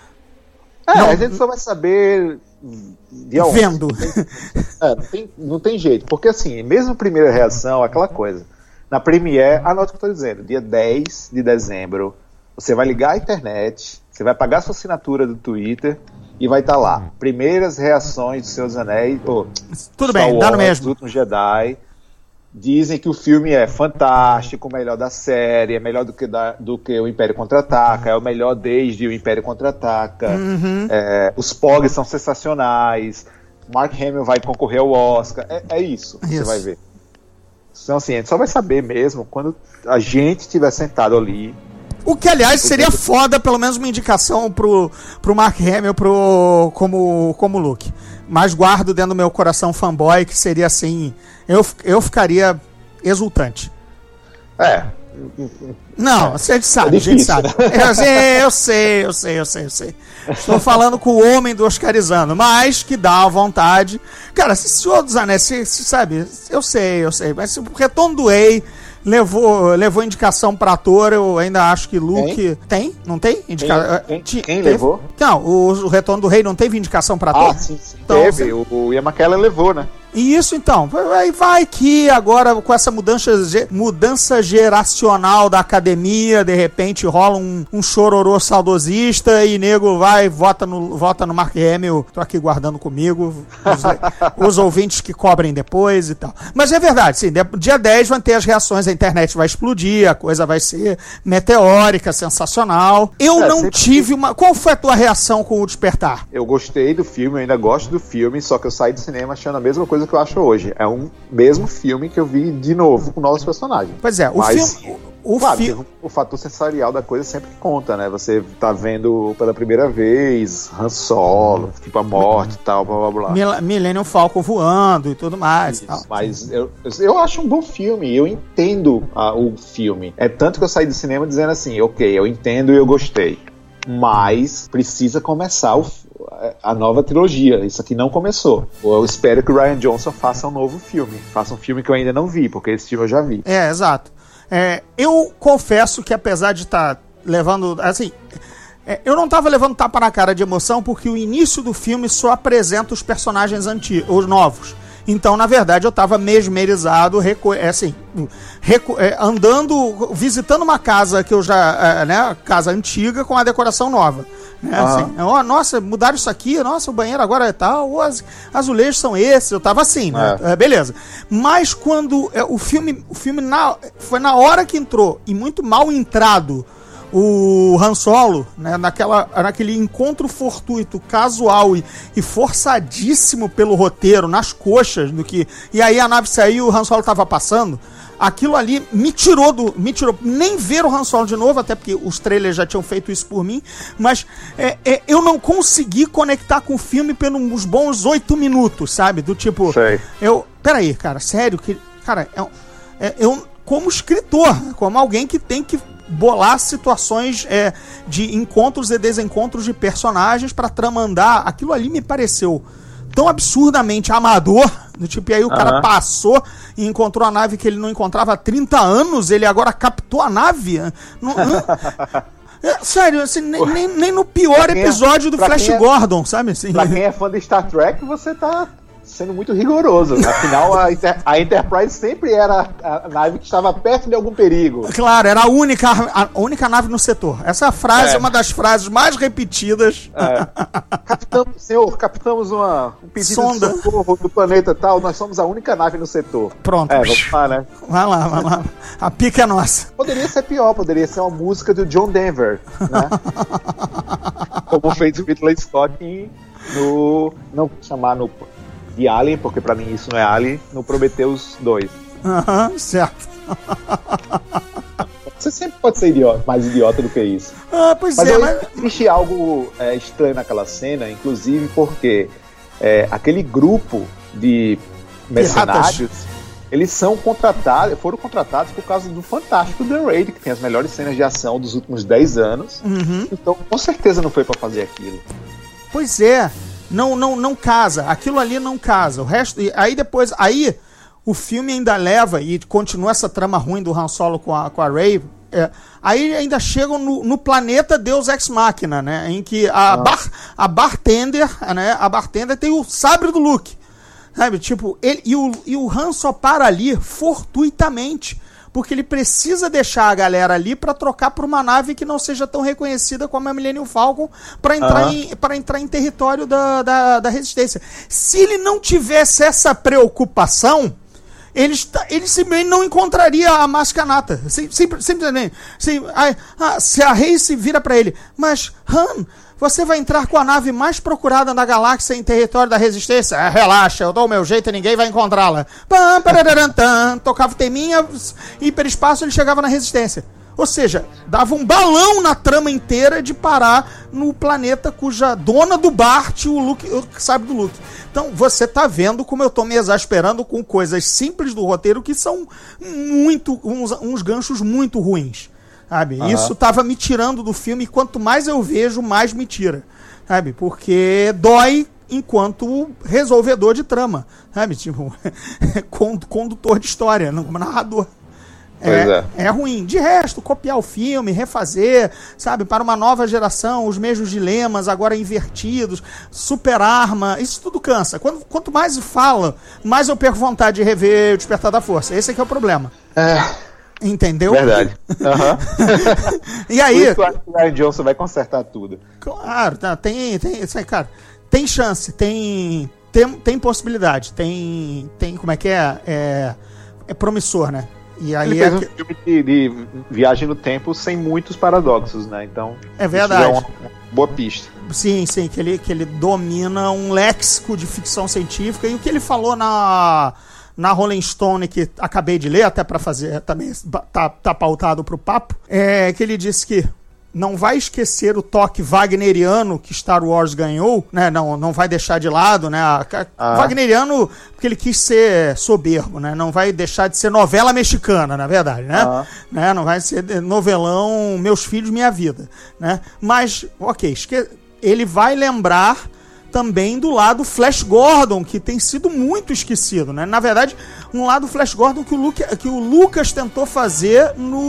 É, não, a gente só vai saber de onde. Vendo. É, não, tem, não tem jeito, porque assim, mesmo a primeira reação, aquela coisa, na Premiere, anote o que eu estou dizendo, dia dez de dezembro, você vai ligar a internet, você vai pagar sua assinatura do Twitter e vai estar tá lá, primeiras reações dos Senhor dos Anéis, oh, tudo Star bem, Wars, dá no mesmo. Últimos Jedi. Dizem que o filme é fantástico, o melhor da série, é melhor do que, da, do que o Império Contra-Ataca, é o melhor desde o Império Contra-Ataca, uhum. é, os Pogs são sensacionais, Mark Hamill vai concorrer ao Oscar, é, é isso que isso. você vai ver. Então assim, a gente só vai saber mesmo quando a gente estiver sentado ali. O que, aliás, seria foda, pelo menos uma indicação pro, pro Mark Hamill pro, como, como Luke. Mas guardo dentro do meu coração fanboy que seria assim... Eu, eu ficaria exultante. É. Não, a gente sabe, é difícil, a gente sabe. Né? Eu, sei, eu sei, eu sei, eu sei, eu sei. Estou falando com o homem do Oscarizando, mas que dá a vontade. Cara, se o Senhor dos Anéis, se, se, sabe, eu sei, eu sei, mas se o Retorno do Rei levou, levou indicação para ator, eu ainda acho que Luke... Tem? tem? Não tem? Indica... Quem, quem, quem teve? levou? Não, o, o Retorno do Rei não teve indicação para ator? Ah, sim, sim. Então, teve, você... o, o Ian McKellen levou, né? E isso, então, vai, vai que agora com essa mudança, mudança geracional da academia, de repente rola um, um chororô saudosista e nego vai, vota no, vota no Mark Hamill, tô aqui guardando comigo, os, os ouvintes que cobrem depois e tal. Mas é verdade, sim, dia dez vão ter as reações, a internet vai explodir, a coisa vai ser meteórica, sensacional. Eu é, não tive uma... Qual foi a tua reação com o Despertar? Eu gostei do filme, eu ainda gosto do filme, só que eu saí do cinema achando a mesma coisa que eu acho hoje. É um mesmo filme que eu vi de novo com novos personagens. Pois é, o Mas, filme... O, claro, fi... o fator sensorial da coisa sempre conta, né? Você tá vendo pela primeira vez Han Solo, tipo a morte e tal, blá blá blá. Mil- Millennium Falcon voando e tudo mais. Isso, tal. Mas eu, eu acho um bom filme, eu entendo a, o filme. É tanto que eu saí do cinema dizendo assim, ok, eu entendo e eu gostei. Mas precisa começar o, a nova trilogia. Isso aqui não começou. Eu espero que o Rian Johnson faça um novo filme. Faça um filme que eu ainda não vi, porque esse filme eu já vi. É, exato. É, eu confesso que apesar de estar tá levando... Assim, é, eu não estava levando tapa na cara de emoção porque o início do filme só apresenta os personagens antigos, os novos. Então, na verdade, eu estava mesmerizado, reco- assim, reco- é, andando, visitando uma casa que eu já, é, né, casa antiga com a decoração nova. Né, ah. assim, oh, nossa, mudaram isso aqui, nossa, o banheiro agora é tal, os azulejos são esses, eu tava assim, né, é. É, beleza. Mas quando é, o filme, o filme na, foi na hora que entrou, e muito mal entrado, o Han Solo, né, naquela, naquele encontro fortuito, casual e, e forçadíssimo pelo roteiro, nas coxas, do que, e aí a nave saiu, o Han Solo tava passando, aquilo ali me tirou do, me tirou, nem ver o Han Solo de novo, até porque os trailers já tinham feito isso por mim, mas é, é, eu não consegui conectar com o filme pelos bons oito minutos, sabe, do tipo, Sei. eu, peraí, cara, sério, que, cara, é, é, eu, como escritor, como alguém que tem que bolar situações é, de encontros e desencontros de personagens pra trama andar, aquilo ali me pareceu tão absurdamente amador, do tipo, e aí o uh-huh. cara passou e encontrou a nave que ele não encontrava há trinta anos, ele agora captou a nave. Não, não, é, sério, assim, nem, nem, nem no pior episódio é, do Flash é, Gordon, sabe? Assim, pra quem é fã de Star Trek, você tá sendo muito rigoroso. Afinal, a, Inter- a Enterprise sempre era a nave que estava perto de algum perigo. Claro, era a única, a única nave no setor. Essa frase é, é uma das frases mais repetidas. É. Capitão, senhor, captamos uma, um pedido sonda de socorro do planeta tal, nós somos a única nave no setor. Pronto. É, vamos lá, né? Vai lá, vai lá. A pica é nossa. Poderia ser pior, poderia ser uma música do John Denver, né? Como fez o Ridley Scott em, no... não vou chamar no... de Alien, porque pra mim isso não é Alien, no Prometheus dois. Aham, uhum, certo. Você sempre pode ser idiota, mais idiota do que isso. Ah, pois mas é, eu mas... existe algo é, estranho naquela cena, inclusive porque é, aquele grupo de mercenários, Piratas. Eles são contratados, foram contratados por causa do fantástico The Raid, que tem as melhores cenas de ação dos últimos dez anos. Uhum. Então, com certeza não foi pra fazer aquilo. Pois é. Não, não, não casa, aquilo ali não casa. O resto, aí depois, aí o filme ainda leva e continua essa trama ruim do Han Solo com a, com a Rey. É, aí ainda chegam no, no planeta Deus Ex Machina, né? Em que a, bar, a bartender, né? A bartender tem o sabre do Luke, sabe? Tipo, ele, e, o, e o Han só para ali fortuitamente, porque ele precisa deixar a galera ali pra trocar por uma nave que não seja tão reconhecida como a Millennium Falcon pra entrar, uhum. em, pra entrar em território da, da, da Resistência. Se ele não tivesse essa preocupação, ele, está, ele simplesmente não encontraria a Mascanata. Sim, sim, simplesmente. Sim, a, a, se a Rey se vira pra ele, mas Han, você vai entrar com a nave mais procurada na galáxia em território da Resistência? Ah, relaxa, eu dou o meu jeito e ninguém vai encontrá-la. Pam, parararantam, tocava o teminha, hiperespaço, ele chegava na Resistência. Ou seja, dava um balão na trama inteira de parar no planeta cuja dona do Bart, o Luke, sabe do Luke. Então, você tá vendo como eu tô me exasperando com coisas simples do roteiro que são muito, uns, uns ganchos muito ruins. Sabe? Uhum. Isso tava me tirando do filme e quanto mais eu vejo, mais me tira. Sabe? Porque dói enquanto resolvedor de trama. Sabe? Tipo, condutor de história, não como narrador. Pois é, é. é ruim. De resto, copiar o filme, refazer, sabe, para uma nova geração, os mesmos dilemas, agora invertidos, super arma, isso tudo cansa. Quando, quanto mais fala, mais eu perco vontade de rever o Despertar da Força. Esse é que é o problema. É. Entendeu? Verdade. Uhum. E aí... Por isso que eu acho que o Ryan Johnson vai consertar tudo. Claro, tá, tem, tem, isso aí, cara, tem chance, tem, tem, tem possibilidade, tem, tem, como é que é? É, é promissor, né? E aí Ele é fez que... um filme de, de viagem no tempo sem muitos paradoxos, né? Então, É verdade. isso é uma, uma boa pista. Sim, sim, que ele, que ele domina um léxico de ficção científica, e o que ele falou na... na Rolling Stone, que acabei de ler, até para fazer, também tá, tá pautado pro papo, é que ele disse que não vai esquecer o toque wagneriano que Star Wars ganhou, né? Não, não vai deixar de lado, né? Ah. Wagneriano, porque ele quis ser soberbo, né? Não vai deixar de ser novela mexicana, na verdade, né? Ah. né? Não vai ser novelão Meus Filhos, Minha Vida, né? Mas, ok, esque... ele vai lembrar também do lado Flash Gordon, que tem sido muito esquecido, né? Na verdade, um lado Flash Gordon que o, Luke, que o Lucas tentou fazer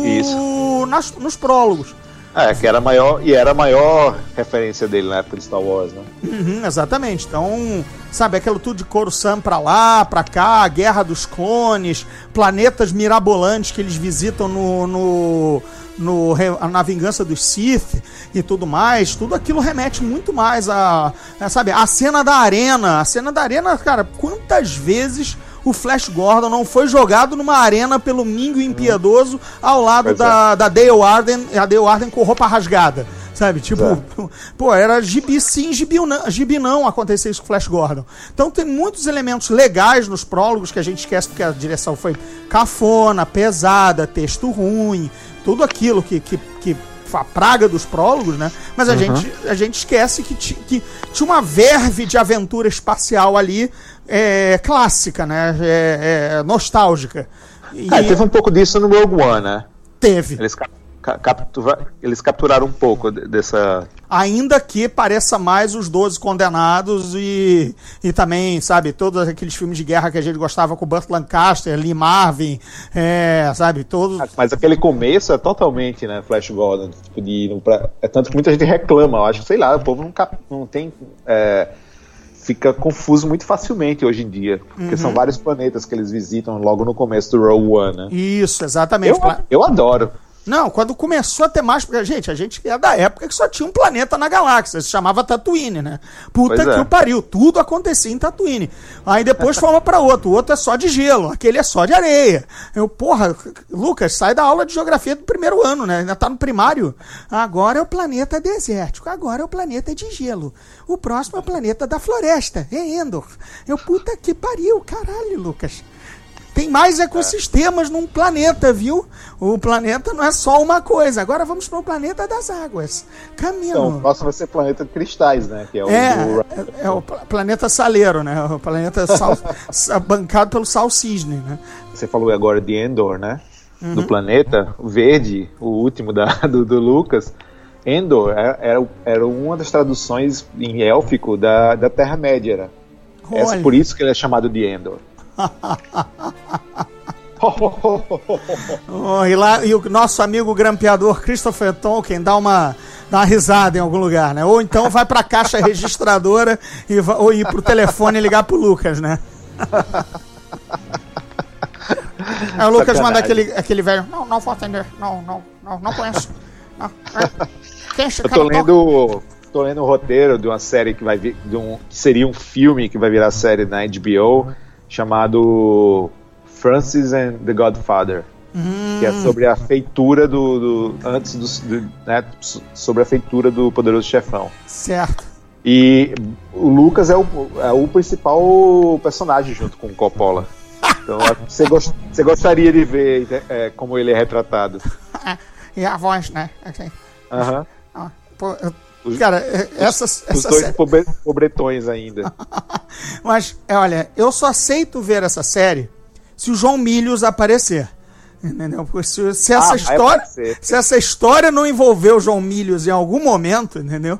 no, nas, nos prólogos. É, que era a maior, e era a maior referência dele na época de Star Wars, né? Uhum, exatamente. Então, sabe, aquilo tudo de Coruscant pra lá, pra cá, a Guerra dos Clones, planetas mirabolantes que eles visitam no... no No, na Vingança dos Sith e tudo mais, tudo aquilo remete muito mais a, a, sabe, a cena da arena, a cena da arena, cara, quantas vezes o Flash Gordon não foi jogado numa arena pelo Mingo Impiedoso ao lado da, é. da Dale Arden, a Dale Arden com roupa rasgada, sabe, tipo, é. pô, era gibi sim, gibi não, gibi não acontecer isso com o Flash Gordon. Então tem muitos elementos legais nos prólogos que a gente esquece porque a direção foi cafona, pesada, texto ruim, tudo aquilo que, que, que a praga dos prólogos, né? Mas a, uhum. gente, a gente esquece que, t- que tinha uma verve de aventura espacial ali, é, clássica, né? É, é, nostálgica. E... É, teve um pouco disso no Rogue One, né? Teve. Eles, cap- captura- eles capturaram um pouco dessa... Ainda que pareça mais os Doze Condenados e, e também, sabe, todos aqueles filmes de guerra que a gente gostava com o Burt Lancaster, Lee Marvin, é, sabe, todos... Mas aquele começo é totalmente, né, Flash Gordon, tipo, de ir pra... É tanto que muita gente reclama, eu acho, sei lá, o povo não, cap... não tem... É... Fica confuso muito facilmente hoje em dia, porque uhum. são vários planetas que eles visitam logo no começo do Rogue One, né? Isso, exatamente. Eu, eu adoro. Não, quando começou a ter mais... Porque, gente, a gente é da época que só tinha um planeta na galáxia, se chamava Tatooine, né? Puta pois que é. o pariu, tudo acontecia em Tatooine. Aí depois fomos pra outro, o outro é só de gelo, aquele é só de areia. Eu, porra, Lucas, sai da aula de geografia do primeiro ano, né? Ainda tá no primário. Agora é o planeta desértico, agora é o planeta de gelo. O próximo é o planeta da floresta, é Endor. Eu, puta que pariu, caralho, Lucas. Tem mais ecossistemas é. num planeta, viu? O planeta não é só uma coisa. Agora vamos para o planeta das águas. Caminho. Então, o próximo vai ser o planeta de cristais, né? Que é o, é, do... é, é o planeta saleiro, né? O planeta sal, bancado pelo Sal Cisne, né? Você falou agora de Endor, né? Uhum. Do planeta verde, o último da, do, do Lucas. Endor era, era, era uma das traduções em élfico da, da Terra-média. Né? É por isso que ele é chamado de Endor. oh, e, lá, e o nosso amigo grampeador Christopher Tolkien dá uma, dá uma risada em algum lugar, né? Ou então vai pra caixa registradora e vai, ou ir pro telefone e ligar pro Lucas, né? Aí o Lucas Sacanagem. manda aquele, aquele velho. Não, não vou atender. Não, não, não, não conheço. Não. Quem Eu tô lendo, tô lendo o roteiro de uma série que vai vir, de um, que seria um filme que vai virar série na H B O. Chamado Francis and the Godfather, hum. que é sobre a feitura do, do antes do, do né, sobre a feitura do Poderoso Chefão. Certo. E o Lucas é o, é o principal personagem junto com o Coppola. Então você, gost, você gostaria de ver é, como ele é retratado. E a voz, né? Assim. Aham. Uh-huh. Pô, eu... Cara, essas, os essa dois série... pobre, pobretões ainda. Mas, olha, eu só aceito ver essa série se o João Milius aparecer. Entendeu? Porque se, se, essa ah, história, se essa história não envolver o João Milius em algum momento, entendeu?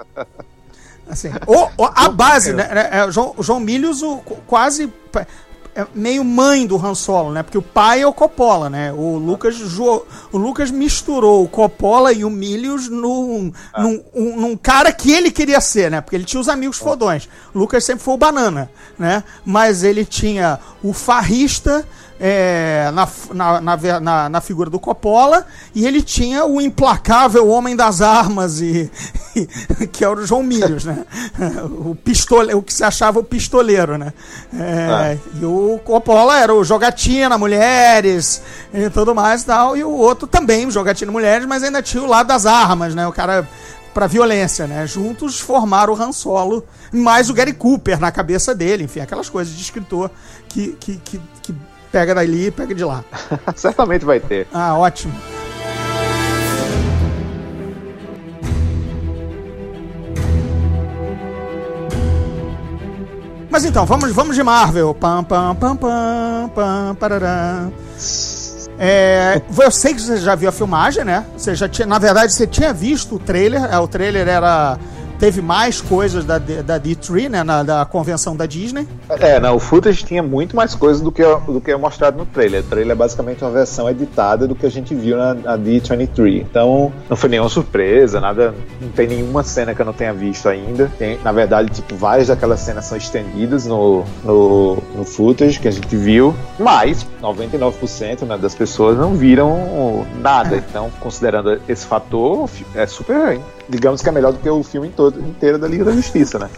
Assim, ou, ou a base, né? É, João, João Milius o, quase... é meio mãe do Han Solo, né? Porque o pai é o Coppola, né? O Lucas, jo, o Lucas misturou o Coppola e o Milius num, ah. num, um, num cara que ele queria ser, né? Porque ele tinha os amigos ah. fodões. O Lucas sempre foi o banana, né? Mas ele tinha o farrista é, na, na, na, na, na figura do Coppola, e ele tinha o implacável homem das armas, e, e que era o João Milius, né? O, pistole, o que se achava o pistoleiro, né? É, ah. E o Coppola era o jogatina, mulheres e tudo mais e tal, e o outro também jogatina, mulheres, mas ainda tinha o lado das armas, né? O cara pra violência, né? Juntos formaram o Han Solo, mais o Gary Cooper na cabeça dele, enfim, aquelas coisas de escritor que, que, que, que pega dali e pega de lá. Certamente vai ter. Ah, ótimo. Mas então, vamos, vamos de Marvel. Pam, pam, pam, pam, pam, parará. É, eu sei que você já viu a filmagem, né? Você já tinha, na verdade, você tinha visto o trailer. O trailer era... Teve mais coisas da, da D três, né, na, da convenção da Disney. É, não, o footage tinha muito mais coisas do que, do que é mostrado no trailer. O trailer é basicamente uma versão editada do que a gente viu na, na D vinte e três. Então, não foi nenhuma surpresa, nada, não tem nenhuma cena que eu não tenha visto ainda. Tem, na verdade, tipo, várias daquelas cenas são estendidas no, no, no footage que a gente viu, mas noventa e nove por cento, né, das pessoas não viram nada. Então, considerando esse fator, é super... Digamos que é melhor do que o filme todo, inteiro da Liga da Justiça, né?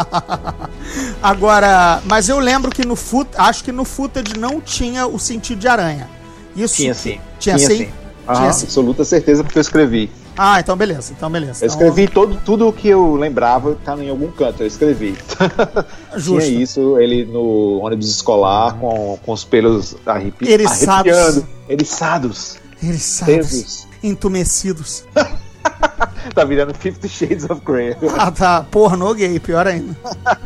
Agora, mas eu lembro que no foot, acho que no footage não tinha o sentido de aranha. Isso tinha sim. Tinha, tinha sim? sim. Tinha ah, sim. Absoluta certeza, porque eu escrevi. Ah, então beleza, então beleza. Eu escrevi então... todo, tudo o que eu lembrava, tá em algum canto, eu escrevi. Justo. Tinha isso, ele no ônibus escolar, com, com os pelos arrepi... Eriçados. arrepiando. Eriçados. Eriçados. Entumecidos. Tá virando Fifty Shades of Grey. Ah, tá. Pornô gay, pior ainda.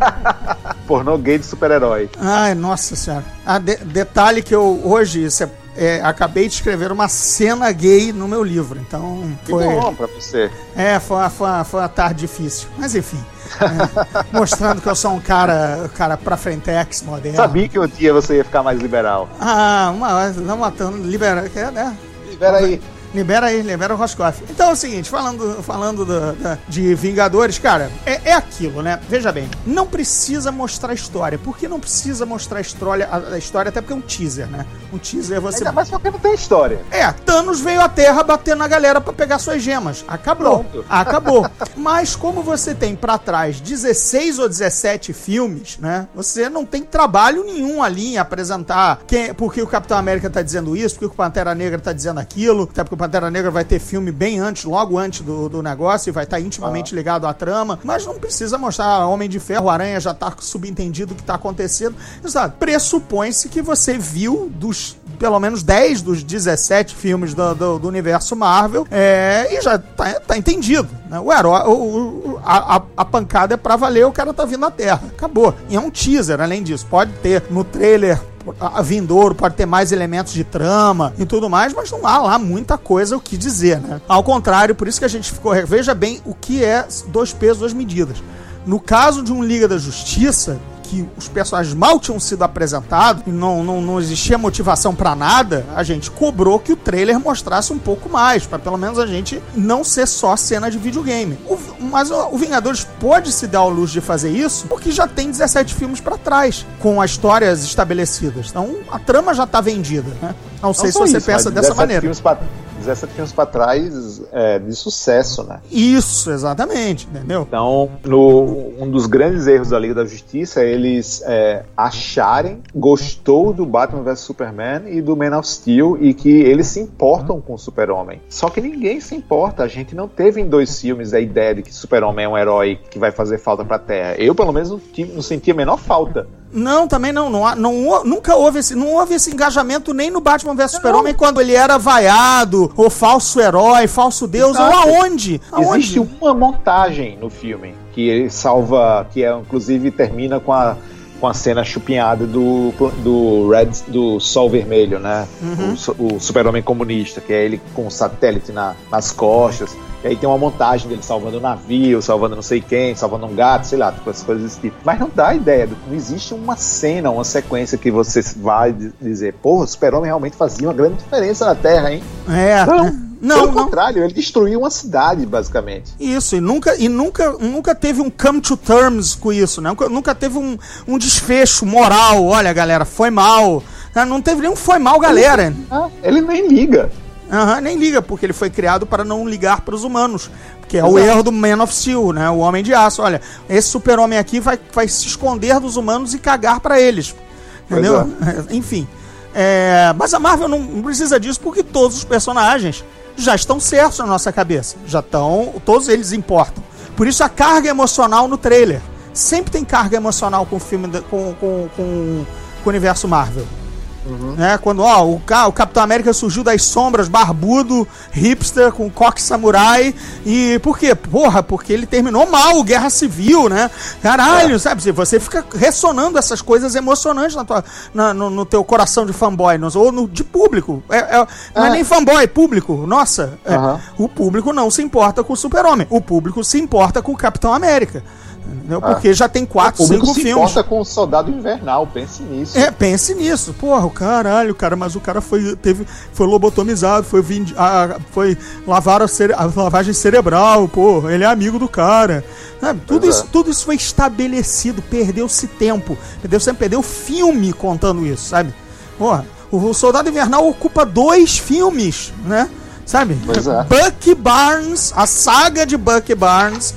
Pornô gay de super-herói. Ai, nossa senhora. Ah, de- detalhe que eu hoje cê, é, acabei de escrever uma cena gay no meu livro. Então foi. Que bom pra você. É, foi uma, foi uma, foi uma tarde difícil. Mas enfim. É, mostrando que eu sou um cara, cara pra frentex, moderno. Sabia que um dia você ia ficar mais liberal. Ah, uma não matando, libera, né? Libera aí. Libera aí, libera o Roscoff. Então é o seguinte, falando, falando do, da, de Vingadores, cara, é, é aquilo, né? Veja bem, não precisa mostrar a história. Por que não precisa mostrar a história, a, a história? Até porque é um teaser, né? Um teaser você... Ainda mais porque não tem história. É, Thanos veio à Terra bater na galera pra pegar suas gemas. Acabou. Pronto. Acabou. Mas como você tem pra trás dezesseis ou dezessete filmes, né? Você não tem trabalho nenhum ali em apresentar quem, por que o Capitão América tá dizendo isso, por que o Pantera Negra tá dizendo aquilo, até porque o Pantera Negra vai ter filme bem antes, logo antes do, do negócio, e vai estar intimamente ah. ligado à trama, mas não precisa mostrar Homem de Ferro, Aranha já tá subentendido o que tá acontecendo. Sabe? Pressupõe-se que você viu dos pelo menos dez dos dezessete filmes do, do, do universo Marvel, é, e já tá, tá entendido, né? O herói, o, o, a, a pancada é pra valer, o cara tá vindo à Terra. Acabou. E é um teaser, além disso. Pode ter no trailer a vindouro, pode ter mais elementos de trama e tudo mais, mas não há lá muita coisa o que dizer, né? Ao contrário, por isso que a gente ficou... Veja bem o que é dois pesos, duas medidas. No caso de um Liga da Justiça, que os personagens mal tinham sido apresentados e não, não, não existia motivação pra nada, a gente cobrou que o trailer mostrasse um pouco mais, pra pelo menos a gente não ser só cena de videogame. O, mas o, o Vingadores pode se dar ao luxo de fazer isso porque já tem dezessete filmes pra trás, com as histórias estabelecidas. Então a trama já tá vendida, né? Não sei não se você isso, pensa dessa maneira. dezessete filmes pra trás é, de sucesso, né? Isso, exatamente, entendeu? Então, no, um dos grandes erros da Liga da Justiça é eles é, acharem, gostou do Batman versus Superman e do Man of Steel e que eles se importam com o Super-Homem. Só que ninguém se importa. A gente não teve em dois filmes a ideia de que Super-Homem é um herói que vai fazer falta pra Terra. Eu, pelo menos, não, tive, não senti a menor falta. Não, também não, não, não. Nunca houve esse, não houve esse engajamento nem no Batman versus Super-Homem quando ele era vaiado, ou falso herói, falso deus, Exato. ou aonde? aonde? Existe uma montagem no filme que ele salva, que é, inclusive termina com a com a cena chupinhada do, do, Red, do Sol Vermelho, né? Uhum. O, o super-homem comunista, que é ele com o satélite na, nas costas. E aí tem uma montagem dele salvando um navio, salvando não sei quem, salvando um gato, sei lá, essas coisas desse tipo. Mas não dá ideia, não existe uma cena, uma sequência que você vai dizer, porra, o super-homem realmente fazia uma grande diferença na Terra, hein? É. Não. Não, Pelo não. contrário, ele destruiu uma cidade, basicamente. Isso, e nunca, e nunca, nunca teve um come to terms com isso, né? Nunca, nunca teve um, um desfecho moral. Olha, galera, foi mal. Não teve nenhum foi mal, galera. Ele, ah, ele nem liga. Uhum, nem liga, porque ele foi criado para não ligar para os humanos. Que é Exato. O erro do Man of Steel, né? O Homem de Aço. Olha, esse super-homem aqui vai, vai se esconder dos humanos e cagar para eles. Entendeu? É. Enfim. É, mas a Marvel não precisa disso porque todos os personagens já estão certos na nossa cabeça. Já estão... Todos eles importam. Por isso a carga emocional no trailer. Sempre tem carga emocional com o filme... De, com, com, com, com o universo Marvel. Uhum. Né? Quando ó, o, o Capitão América surgiu das sombras, barbudo, hipster, com coque samurai. E por quê? Porra, porque ele terminou mal, Guerra Civil, né? Caralho, é. sabe? Você fica ressonando essas coisas emocionantes na tua, na, no, no teu coração de fanboy, no, ou no, de público. É, é, não é. é nem fanboy, é público. Nossa, é, uhum. o público não se importa com o Super-Homem. O público se importa com o Capitão América. Entendeu? Porque ah. já tem quatro, cinco filmes. O público se importa com o Soldado Invernal, pense nisso. É, pense nisso. Porra, o caralho, cara, mas o cara foi, teve, foi lobotomizado, foi, vind, a, foi lavar a, cere, a lavagem cerebral, porra, ele é amigo do cara. Sabe? Tudo, isso, é. tudo isso foi estabelecido, perdeu-se tempo, perdeu sempre perdeu filme contando isso, sabe? Porra, o Soldado Invernal ocupa dois filmes, né? Sabe? Pois é. Bucky Barnes, a saga de Bucky Barnes...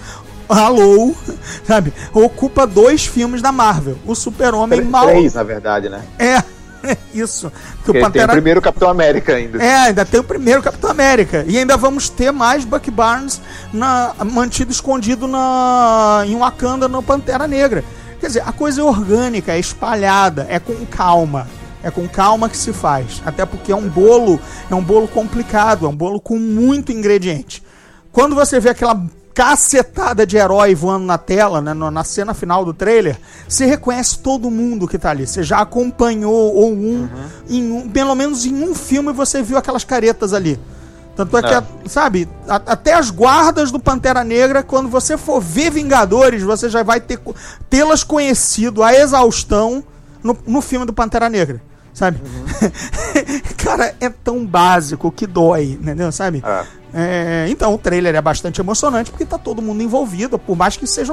Alô, sabe? Ocupa dois filmes da Marvel. O Super-Homem mal... Três, na verdade, né? É, isso. Que o Pantera... tem o primeiro Capitão América ainda. É, ainda tem o primeiro Capitão América. E ainda vamos ter mais Bucky Barnes na... mantido escondido na... em Wakanda no Pantera Negra. Quer dizer, a coisa é orgânica, é espalhada, é com calma. É com calma que se faz. Até porque é um bolo, é um bolo complicado, é um bolo com muito ingrediente. Quando você vê aquela cacetada de herói voando na tela, né, na cena final do trailer, você reconhece todo mundo que tá ali. Você já acompanhou ou um, uhum. em um, pelo menos em um filme você viu aquelas caretas ali. Tanto é, é. que, a, sabe, a, até as guardas do Pantera Negra, quando você for ver Vingadores, você já vai ter, tê-las conhecido a exaustão no, no filme do Pantera Negra. Sabe? Uhum. Cara, é tão básico que dói, entendeu? Sabe? É. É, então o trailer é bastante emocionante porque tá todo mundo envolvido, por mais que sejam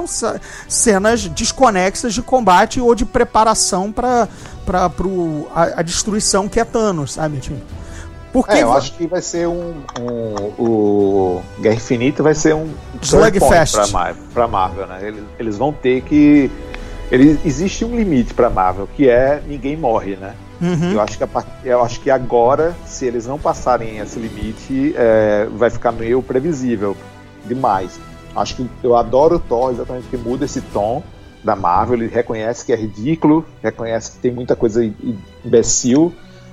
cenas desconexas de combate ou de preparação para para a, a destruição que é Thanos, sabe? Tipo, porque é, eu acho que vai ser um, um o Guerra Infinita vai ser um slugfest para Marvel, para Marvel, né? Eles, eles vão ter que ele, existe um limite para Marvel que é ninguém morre, né? Uhum. Eu, acho que a, eu acho que agora, se eles não passarem esse limite, é, vai ficar meio previsível demais. Acho que eu adoro o Thor, exatamente porque muda esse tom da Marvel. Ele reconhece que é ridículo, reconhece que tem muita coisa imbecil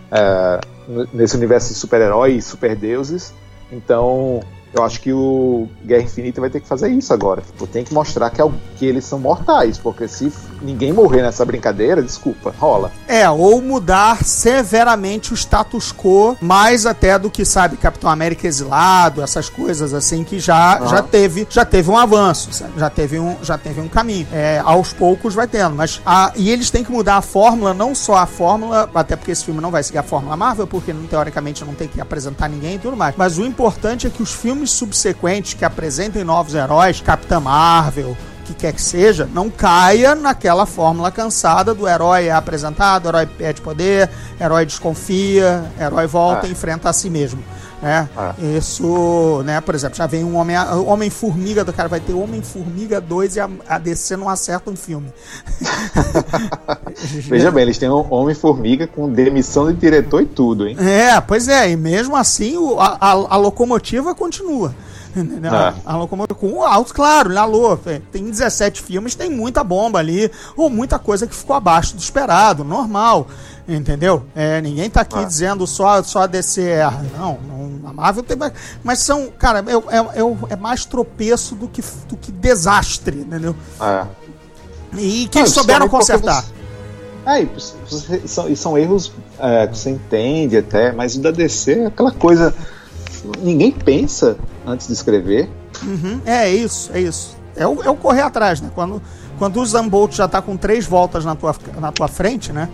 é, nesse universo de super-heróis e super-deuses. Então, eu acho que o Guerra Infinita vai ter que fazer isso agora. Tipo, tem que mostrar que, é o, que eles são mortais, porque se ninguém morrer nessa brincadeira, desculpa, rola. É, ou mudar severamente o status quo, mais até do que, sabe, Capitão América exilado, essas coisas assim, que já, uhum. já, teve, já teve um avanço, sabe? Já teve um, já teve um caminho. É, aos poucos vai tendo, mas a, e eles têm que mudar a fórmula, não só a fórmula, até porque esse filme não vai seguir a fórmula Marvel, porque teoricamente não tem que apresentar ninguém e tudo mais, mas o importante é que os filmes subsequentes que apresentem novos heróis, Capitã Marvel, que quer que seja, não caia naquela fórmula cansada do herói é apresentado, herói pede poder, herói desconfia, herói volta ah. e enfrenta a si mesmo. Né? Ah. Isso, né, por exemplo, já vem um Homem, Homem-Formiga, do cara vai ter Homem-Formiga dois e a, a D C não acerta um filme. Veja bem, eles têm um Homem-Formiga com demissão de diretor e tudo, hein? É, pois é, e mesmo assim o, a, a, a locomotiva continua. Ah. A, a locomotiva com alto, claro, né? Alô, tem dezessete filmes, tem muita bomba ali, ou muita coisa que ficou abaixo do esperado, normal, entendeu? É, ninguém tá aqui ah. dizendo só, só a D C erra, não, não, a Marvel tem mais, mas são, cara, é, é, é mais tropeço do que, do que desastre, entendeu? Ah. E que não, eles souberam consertar. Você, É, e, são, e são erros é, que você entende até, mas o da D C é aquela coisa. Ninguém pensa antes de escrever. Uhum, é isso, é isso. É o, é o correr atrás, né? Quando, quando o Usain Bolt já tá com três voltas na tua, na tua frente, né?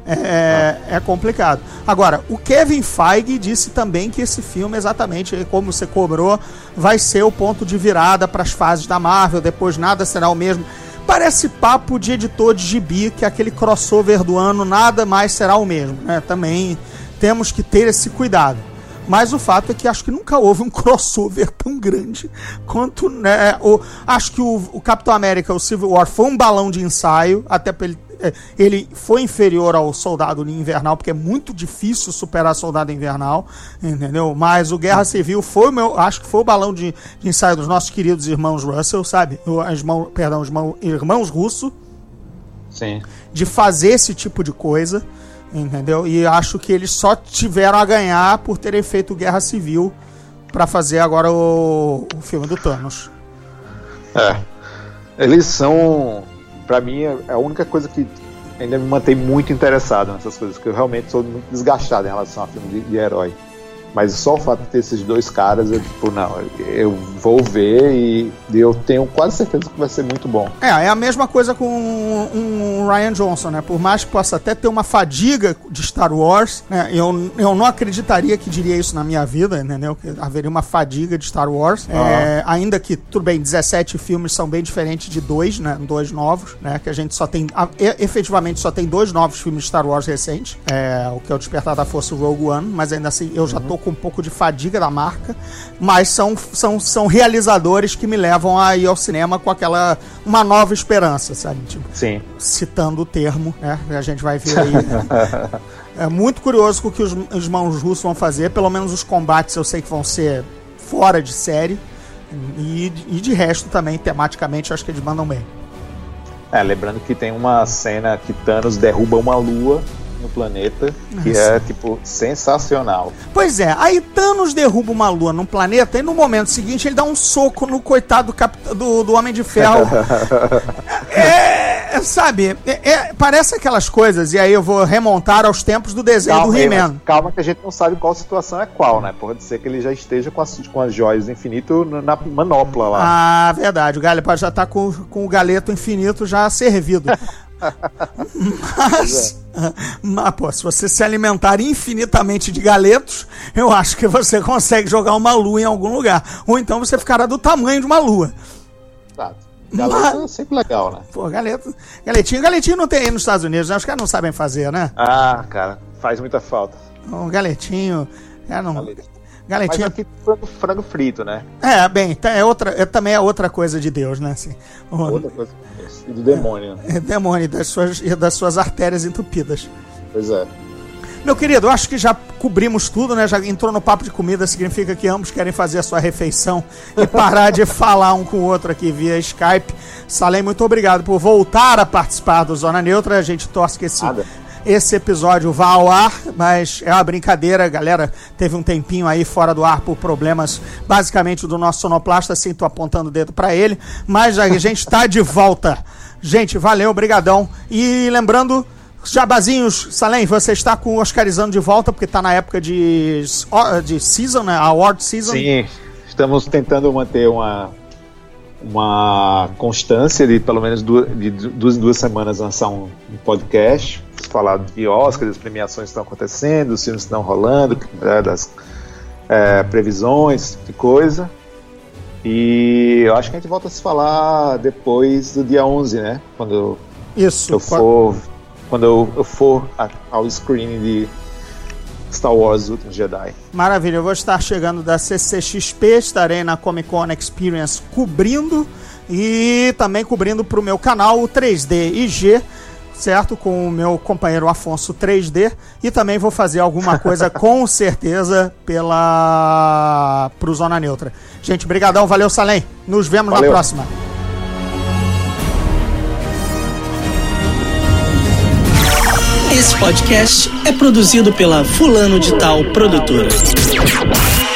É, é complicado. Agora, o Kevin Feige disse também que esse filme, exatamente como você cobrou, vai ser o ponto de virada para as fases da Marvel, depois nada será o mesmo. Parece papo de editor de gibi, que aquele crossover do ano nada mais será o mesmo, né? Também temos que ter esse cuidado. Mas o fato é que acho que nunca houve um crossover tão grande quanto, né, o, acho que o, o Capitão América, o Civil War, foi um balão de ensaio, até para ele, ele foi inferior ao Soldado Invernal, porque é muito difícil superar Soldado Invernal, entendeu? Mas o Guerra Civil foi o meu, acho que foi o balão de, de ensaio dos nossos queridos irmãos Russell, sabe? Os irmãos, perdão, os irmãos, irmãos Russo. Sim. De fazer esse tipo de coisa. Entendeu? E acho que eles só tiveram a ganhar por terem feito Guerra Civil pra fazer agora o, o filme do Thanos. É. Eles são, pra mim, é a única coisa que ainda me mantém muito interessado nessas coisas, porque eu realmente sou muito desgastado em relação a filme de, de herói. Mas só o fato de ter esses dois caras, eu, tipo, não, eu vou ver e eu tenho quase certeza que vai ser muito bom. É, é a mesma coisa com um, um Rian Johnson, né? Por mais que possa até ter uma fadiga de Star Wars, né? Eu, eu não acreditaria que diria isso na minha vida, entendeu? Que haveria uma fadiga de Star Wars. Uhum. É, ainda que, tudo bem, dezessete filmes são bem diferentes de dois, né? Dois novos, né? Que a gente só tem, a, efetivamente só tem dois novos filmes de Star Wars recentes. É, o que é o Despertar da Força e o Rogue One, mas ainda assim, eu já tô com um pouco de fadiga da marca, mas são, são, são realizadores que me levam a ir ao cinema com aquela, uma nova esperança, sabe? Tipo, sim. Citando o termo, né? A gente vai ver aí. Né? É muito curioso com o que os, os irmãos russos vão fazer, pelo menos os combates eu sei que vão ser fora de série, e, e de resto também, tematicamente, eu acho que eles mandam bem. É, lembrando que tem uma cena que Thanos derruba uma lua no planeta, que Nossa. é, tipo, sensacional. Pois é, aí Thanos derruba uma lua num planeta e no momento seguinte ele dá um soco no coitado do, cap... do, do Homem de Ferro. é, sabe, é, é, parece aquelas coisas, e aí eu vou remontar aos tempos do desenho calma do He-Man. Calma que a gente não sabe qual situação é qual, né? Pode ser que ele já esteja com as, com as joias do infinito na manopla lá. Ah, verdade, o Galho pode já estar tá com, com o galeto infinito já servido. Mas, é. mas pô, se você se alimentar infinitamente de galetos, eu acho que você consegue jogar uma lua em algum lugar. Ou então você ficará do tamanho de uma lua. Exato. Galeto mas, é sempre legal, né? Pô, galeto, galetinho, galetinho não tem aí nos Estados Unidos, né? Os caras não sabem fazer, né? Ah, cara, faz muita falta. Um galetinho. É, não... Galetinho. Galetinho. Mas aqui frango, frango frito, né? É, bem, é outra, é, também é outra coisa de Deus, né? Assim, outra coisa de Deus. E do demônio. É, é demônio, das suas, das suas artérias entupidas. Pois é. Meu querido, eu acho que já cobrimos tudo, né? Já entrou no papo de comida, significa que ambos querem fazer a sua refeição e parar de falar um com o outro aqui via Skype. Salem, muito obrigado por voltar a participar do Zona Neutra. A gente torce que esse... Nada. Esse episódio vá ao ar, mas é uma brincadeira, galera. Teve um tempinho aí fora do ar por problemas, basicamente, do nosso sonoplasta, assim, tô apontando o dedo pra ele, mas a gente tá de volta. Gente, valeu, brigadão. E lembrando, jabazinhos, Salem, você está com o Oscarizando de volta, porque tá na época de, de season, né? Award season. Sim, estamos tentando manter uma... uma constância de pelo menos duas, de duas em duas semanas lançar um, um podcast, falar de Oscar, das premiações que estão acontecendo, dos filmes que estão rolando, né, das é, previsões, de coisa. E eu acho que a gente volta a se falar depois do dia onze, né? Quando Isso, eu for, quando eu, eu for ao screening de Star Wars Últimos Jedi. Maravilha, eu vou estar chegando da C C X P, estarei na Comic Con Experience cobrindo e também cobrindo para o meu canal o três D I G, certo? Com o meu companheiro Afonso três D, e também vou fazer alguma coisa com certeza pela pro Zona Neutra. Gente, brigadão, valeu, Salem. Nos vemos valeu. Na próxima. Esse podcast é produzido pela Fulano de Tal Produtora.